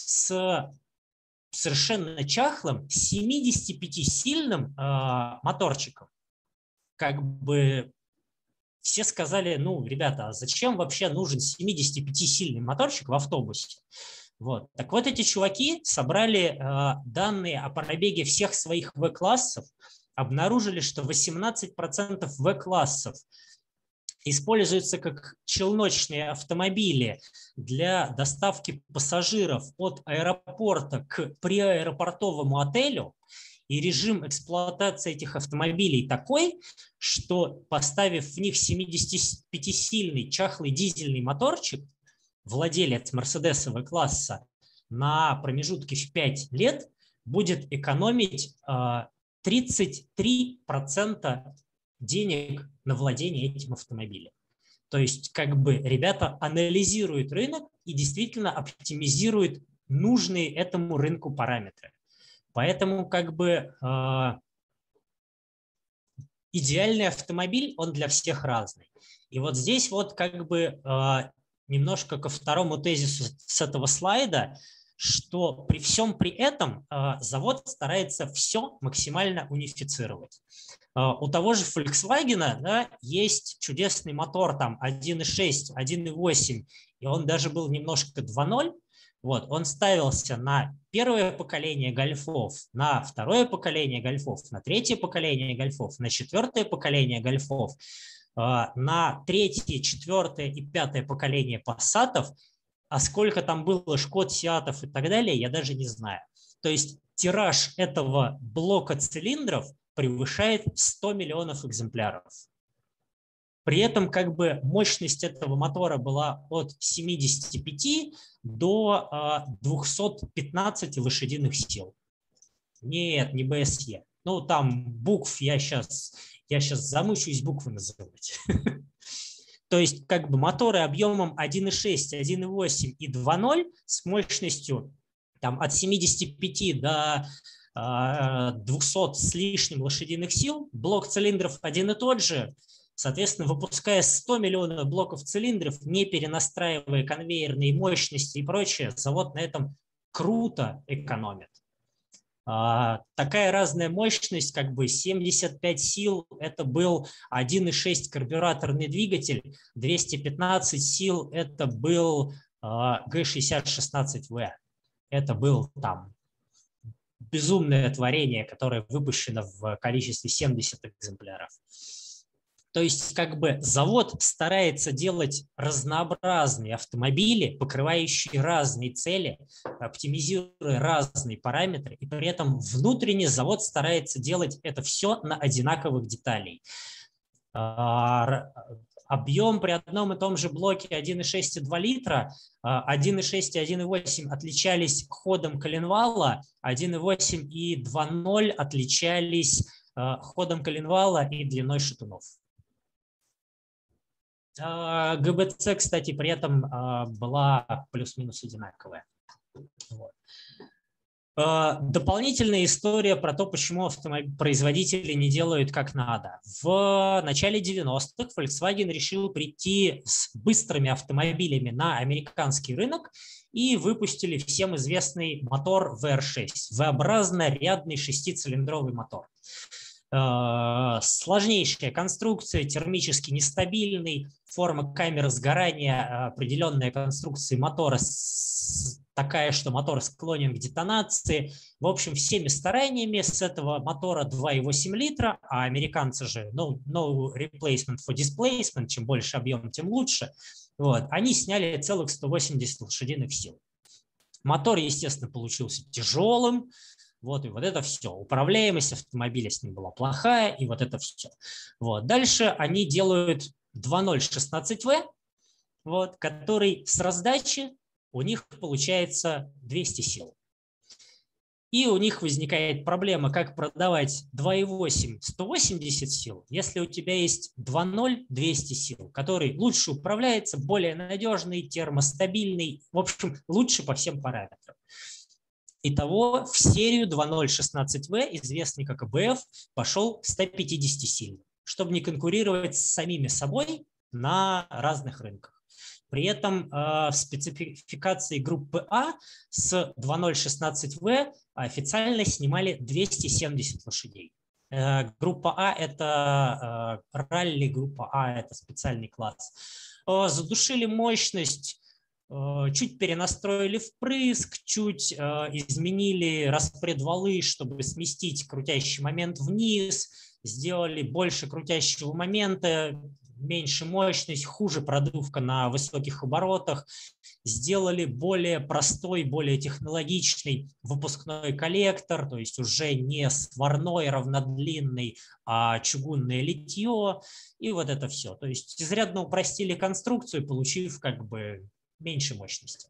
с совершенно чахлым семидесятипятисильным э, моторчиком. Как бы все сказали, ну, ребята, а зачем вообще нужен семидесятипятисильный моторчик в автобусе? Вот. Так вот, эти чуваки собрали э, данные о пробеге всех своих V-классов, обнаружили, что восемнадцать процентов V-классов используются как челночные автомобили для доставки пассажиров от аэропорта к приаэропортовому отелю. И режим эксплуатации этих автомобилей такой, что поставив в них семидесятипятисильный чахлый дизельный моторчик, владелец Mercedes V-класса на промежутке в пять лет будет экономить тридцать три процента денег на владение этим автомобилем. То есть как бы ребята анализируют рынок и действительно оптимизируют нужные этому рынку параметры. Поэтому как бы идеальный автомобиль, он для всех разный. И вот здесь вот как бы немножко ко второму тезису с этого слайда, что при всем при этом завод старается все максимально унифицировать. У того же Volkswagen, да, есть чудесный мотор там один и шесть, один и восемь, и он даже был немножко два ноль. Вот, он ставился на первое поколение гольфов, на второе поколение гольфов, на третье поколение гольфов, на четвертое поколение гольфов, на третье, четвертое и пятое поколение пассатов, а сколько там было Шкод, Сиатов и так далее, я даже не знаю. То есть тираж этого блока цилиндров превышает сто миллионов экземпляров. При этом как бы мощность этого мотора была от семидесяти пяти до двухсот пятнадцати лошадиных сил. Нет, не бэ эс е. Ну, там букв я сейчас, я сейчас замучусь буквы называть. То есть как бы моторы объемом один и шесть, один и восемь и два ноль с мощностью там, от семидесяти пяти до двухсот с лишним лошадиных сил, блок цилиндров один и тот же, соответственно, выпуская сто миллионов блоков цилиндров, не перенастраивая конвейерные мощности и прочее, завод на этом круто экономит. А, такая разная мощность, как бы семьдесят пять сил, это был один и шесть карбюраторный двигатель, двести пятнадцать сил, это был а, джи шестьдесят шестнадцать вэ. Это был там безумное творение, которое выпущено в количестве семидесяти экземпляров. То есть как бы завод старается делать разнообразные автомобили, покрывающие разные цели, оптимизируя разные параметры, и при этом внутренне завод старается делать это все на одинаковых деталей. Объем при одном и том же блоке один и шесть и два литра, один и шесть и один и восемь отличались ходом коленвала, один и восемь и два ноль отличались ходом коленвала и длиной шатунов. гэ бэ цэ, кстати, при этом была плюс-минус одинаковая. Вот. Дополнительная история про то, почему производители не делают как надо. В начале девяностых Volkswagen решил прийти с быстрыми автомобилями на американский рынок и выпустили всем известный мотор вэ эр шесть, V-образно-рядный шестицилиндровый мотор. Сложнейшая конструкция, термически нестабильный, форма камеры сгорания, определенная конструкция мотора такая, что мотор склонен к детонации. В общем, всеми стараниями с этого мотора два и восемь литра, а американцы же no, no replacement for displacement, чем больше объем, тем лучше, вот, они сняли целых сто восемьдесят лошадиных сил. Мотор, естественно, получился тяжелым. Вот, и вот это все. Управляемость автомобиля с ним была плохая, и вот это все. Вот. Дальше они делают два ноль шестнадцать вэ, вот, который с раздачи у них получается двести сил. И у них возникает проблема, как продавать два и восемь сто восемьдесят сил, если у тебя есть два ноль двести сил, который лучше управляется, более надежный, термостабильный, в общем, лучше по всем параметрам. Итого в серию два ноль шестнадцать вэ, известный как эй би эф, пошел сто пятидесятисильный, чтобы не конкурировать с самими собой на разных рынках. При этом э, в спецификации группы А с два ноль шестнадцать вэ официально снимали двести семьдесят лошадей. Э, группа А – это э, ралли, группа А – это специальный класс. Э, задушили мощность, э, чуть перенастроили впрыск, чуть э, изменили распредвалы, чтобы сместить крутящий момент вниз, сделали больше крутящего момента, меньше мощность, хуже продувка на высоких оборотах, сделали более простой, более технологичный выпускной коллектор, то есть уже не сварной, равнодлинный, а чугунное литье, и вот это все. То есть изрядно упростили конструкцию, получив как бы меньше мощности.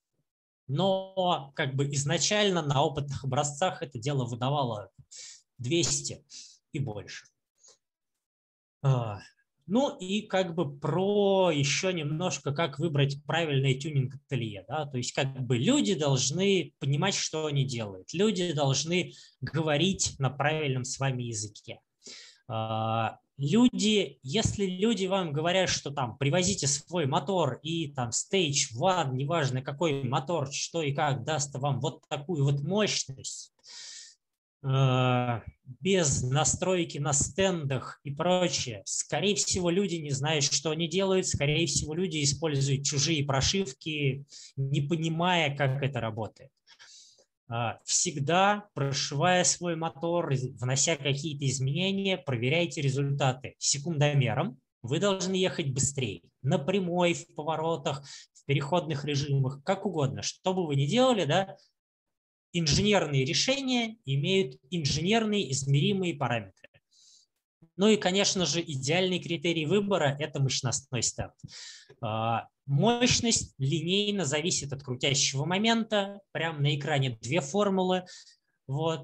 Но как бы изначально на опытных образцах это дело выдавало двести и больше. Ну и как бы про еще немножко, как выбрать правильный тюнинг-ателье. Да? То есть как бы люди должны понимать, что они делают. Люди должны говорить на правильном с вами языке. Люди, если люди вам говорят, что там привозите свой мотор и там Stage один, неважно какой мотор, что и как, даст вам вот такую вот мощность, без настройки на стендах и прочее, скорее всего, люди не знают, что они делают, скорее всего, люди используют чужие прошивки, не понимая, как это работает. Всегда, прошивая свой мотор, внося какие-то изменения, проверяйте результаты секундомером. Вы должны ехать быстрее, на прямой, в поворотах, в переходных режимах, как угодно. Что бы вы ни делали, да, инженерные решения имеют инженерные измеримые параметры. Ну и, конечно же, идеальный критерий выбора – это мощностной стенд. Мощность линейно зависит от крутящего момента. Прямо на экране две формулы. Вот.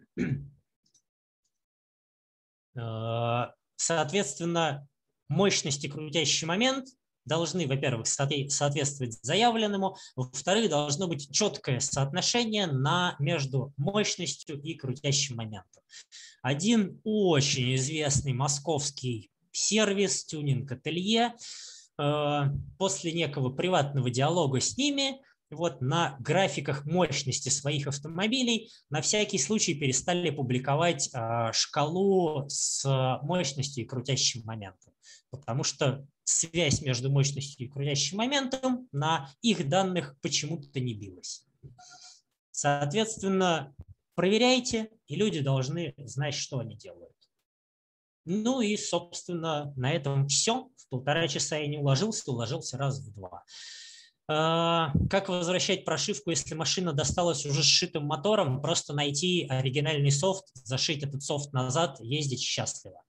Соответственно, мощность и крутящий момент должны, во-первых, соответствовать заявленному, во-вторых, должно быть четкое соотношение на, между мощностью и крутящим моментом. Один очень известный московский сервис тюнинг-ателье э, после некого приватного диалога с ними вот, на графиках мощности своих автомобилей на всякий случай перестали публиковать э, шкалу с мощностью и крутящим моментом, потому что связь между мощностью и крутящим моментом на их данных почему-то не билась. Соответственно, проверяйте, и люди должны знать, что они делают. Ну и, собственно, на этом все. В полтора часа я не уложился, уложился раз в два. Как возвращать прошивку, если машина досталась уже сшитым мотором? Просто найти оригинальный софт, зашить этот софт назад, ездить счастливо.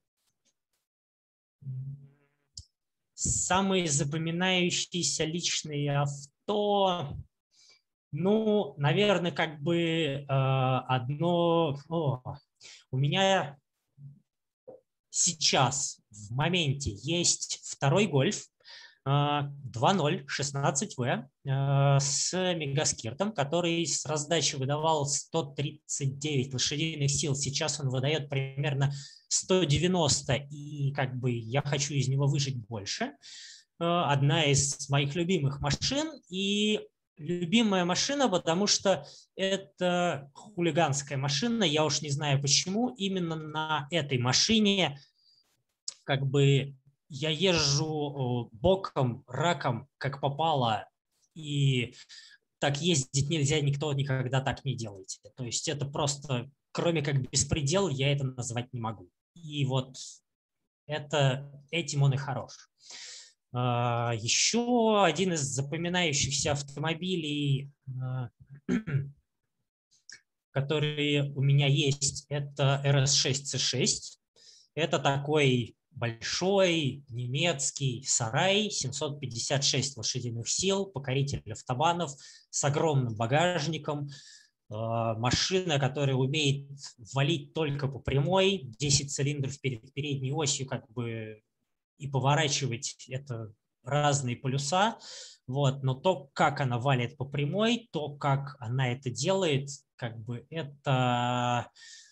Самые запоминающиеся личные авто, ну, наверное, как бы э, одно, о, у меня сейчас в моменте есть второй гольф э, два ноль шестнадцать вэ э, с мегаскиртом, который с раздачи выдавал сто тридцать девять лошадиных сил, сейчас он выдает примерно сто девяносто, и как бы я хочу из него выжить больше. Одна из моих любимых машин, и любимая машина, потому что это хулиганская машина, я уж не знаю почему, именно на этой машине как бы я езжу боком, раком, как попало, и так ездить нельзя, никто никогда так не делает. То есть это просто, кроме как беспредел, я это назвать не могу. И вот это, этим он и хорош. Еще один из запоминающихся автомобилей, которые у меня есть, это эр эс шесть си шесть. Это такой большой немецкий сарай, семьсот пятьдесят шесть лошадиных сил, покоритель автобанов с огромным багажником. Машина, которая умеет валить только по прямой, десять цилиндров перед передней осью, как бы и поворачивать это разные полюса. Вот. Но то, как она валит по прямой, то, как она это делает, как бы это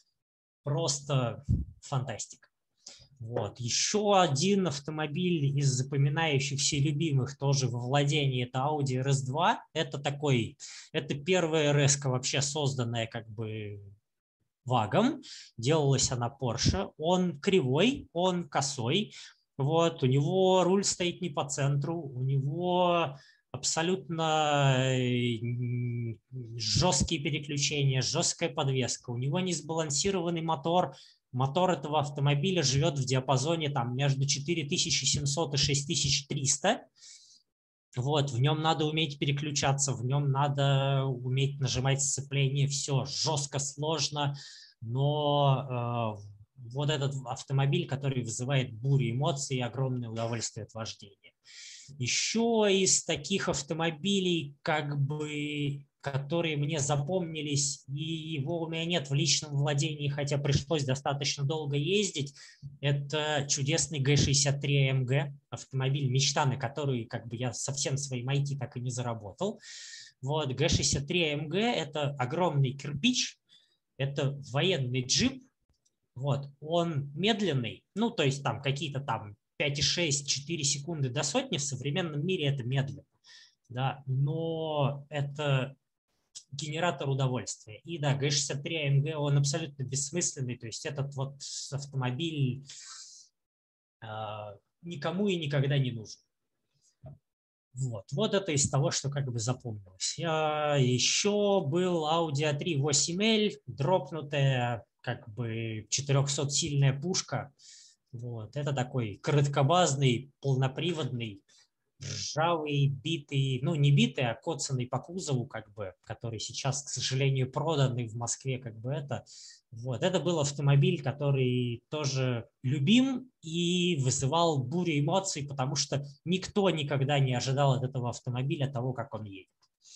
просто фантастика. Вот. Еще один автомобиль из запоминающихся и любимых тоже во владении, это Audi эр эс два. Это такой, это первая эр эс-ка вообще созданная как бы вагом. Делалась она Porsche. Он кривой, он косой. Вот. У него руль стоит не по центру, у него абсолютно жесткие переключения, жесткая подвеска, у него не сбалансированный мотор. Мотор этого автомобиля живет в диапазоне там, между четыре тысячи семьсот и шесть тысяч триста. Вот, в нем надо уметь переключаться, в нем надо уметь нажимать сцепление. Все жестко, сложно, но э, вот этот автомобиль, который вызывает бурю эмоций и огромное удовольствие от вождения. Еще из таких автомобилей, как бы, которые мне запомнились, и его у меня нет в личном владении, хотя пришлось достаточно долго ездить, это чудесный джи шестьдесят три эй эм джи, автомобиль мечта, на который как бы я совсем своим ай ти так и не заработал. Вот, джи шестьдесят три эй эм джи – это огромный кирпич, это военный джип, вот, он медленный, ну, то есть там какие-то там пять и шесть - четыре секунды до сотни в современном мире это медленно, да, но это генератор удовольствия. И да, джи шестьдесят три эй эм джи, он абсолютно бессмысленный, то есть этот вот автомобиль э, никому и никогда не нужен. Вот. Вот это из того, что как бы запомнилось. Я, еще был Audi эй три восемь эл, дропнутая как бы четырехсотсильная пушка. Вот. Это такой короткобазный, полноприводный, ржавый, битый, ну не битый, а коцанный по кузову, как бы, который сейчас, к сожалению, проданный в Москве, как бы это. Вот. Это был автомобиль, который тоже любим и вызывал бурю эмоций, потому что никто никогда не ожидал от этого автомобиля того, как он едет.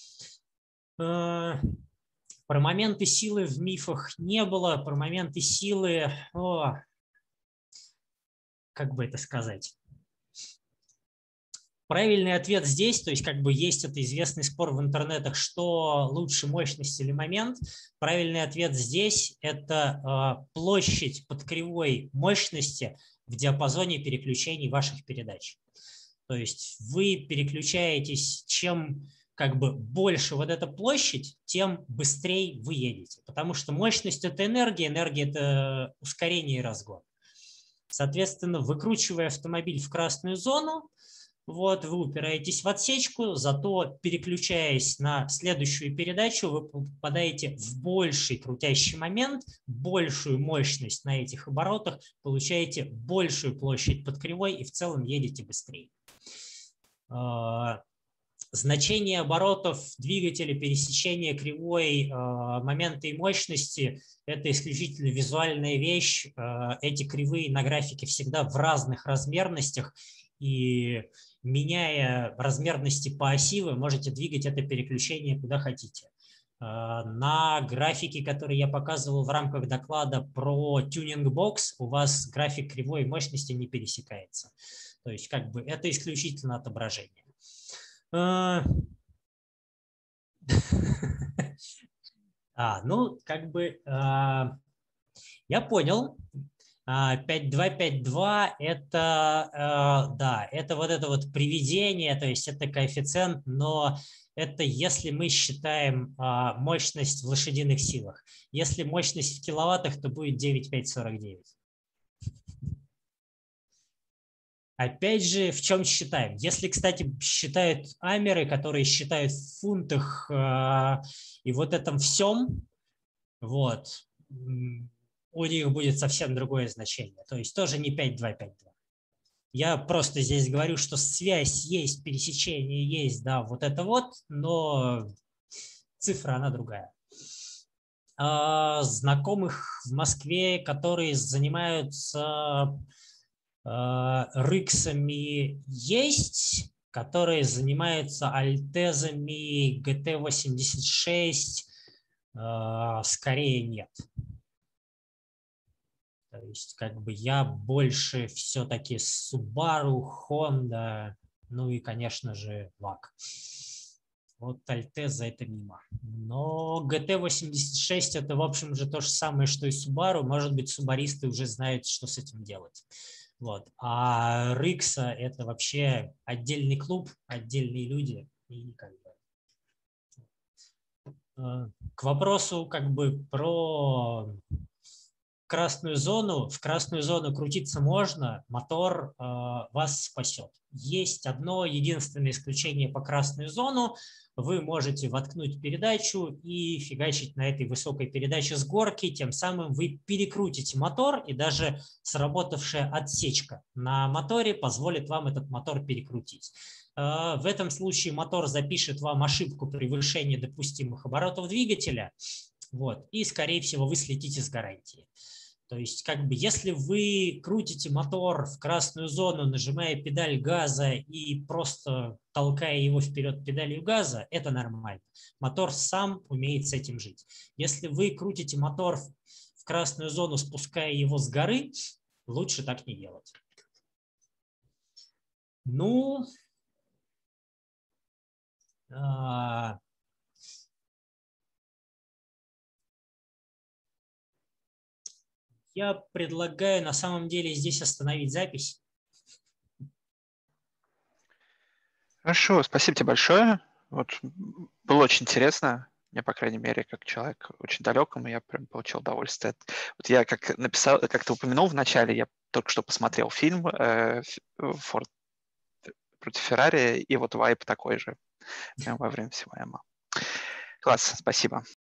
Про моменты силы в мифах не было, про моменты силы, о, как бы это сказать? Правильный ответ здесь, то есть как бы есть это известный спор в интернетах, что лучше, мощность или момент. Правильный ответ здесь – это э, площадь под кривой мощности в диапазоне переключений ваших передач. То есть вы переключаетесь, чем как бы больше вот эта площадь, тем быстрее вы едете. Потому что мощность – это энергия, энергия – это ускорение и разгон. Соответственно, выкручивая автомобиль в красную зону, вот, вы упираетесь в отсечку, зато переключаясь на следующую передачу, вы попадаете в больший крутящий момент, большую мощность на этих оборотах, получаете большую площадь под кривой и в целом едете быстрее. Значение оборотов двигателя, пересечения кривой, момента и мощности – это исключительно визуальная вещь. Эти кривые на графике всегда в разных размерностях, и меняя размерности по оси, вы можете двигать это переключение куда хотите. На графике, который я показывал в рамках доклада про тюнинг-бокс, у вас график кривой мощности не пересекается. То есть как бы это исключительно отображение. А, ну, как бы я понял. пять два пять два это, да, это вот это вот приведение, то есть это коэффициент, но это если мы считаем мощность в лошадиных силах. Если мощность в киловаттах, то будет девять пять сорок девять. Опять же, в чем считаем? Если, кстати, считают амеры, которые считают в фунтах э, и вот этом всем, вот, у них будет совсем другое значение. То есть тоже не пять два пять два. Я просто здесь говорю, что связь есть, пересечение есть, да, вот это вот, но цифра, она другая. А, знакомых в Москве, которые занимаются а, рыксами, есть, которые занимаются альтезами джи ти восемьдесят шесть, а, скорее нет. То есть, как бы я больше все-таки Subaru, Honda, ну и, конечно же, вак. Вот Альтеза это мимо. Но джи ти восемьдесят шесть это, в общем же, то же самое, что и Subaru. Может быть, субаристы уже знают, что с этим делать. Вот. А Рикса это вообще отдельный клуб, отдельные люди. И как бы, к вопросу как бы про красную зону. В красную зону крутиться можно, мотор э, вас спасет. Есть одно единственное исключение по красную зону. Вы можете воткнуть передачу и фигачить на этой высокой передаче с горки, тем самым вы перекрутите мотор, и даже сработавшая отсечка на моторе позволит вам этот мотор перекрутить. В этом случае мотор запишет вам ошибку превышения допустимых оборотов двигателя, вот, и, скорее всего, вы слетите с гарантии. То есть, как бы, если вы крутите мотор в красную зону, нажимая педаль газа и просто толкая его вперед педалью газа, это нормально. Мотор сам умеет с этим жить. Если вы крутите мотор в красную зону, спуская его с горы, лучше так не делать. Ну, а... я предлагаю на самом деле здесь остановить запись. Хорошо, спасибо тебе большое. Вот, было очень интересно. Мне, по крайней мере, как человек очень далекому, я прям получил удовольствие. Вот я как написал, как ты упомянул в начале, я только что посмотрел фильм э, «Форд против Феррари», и вот вайб такой же прямо во время всего эма. Класс, спасибо.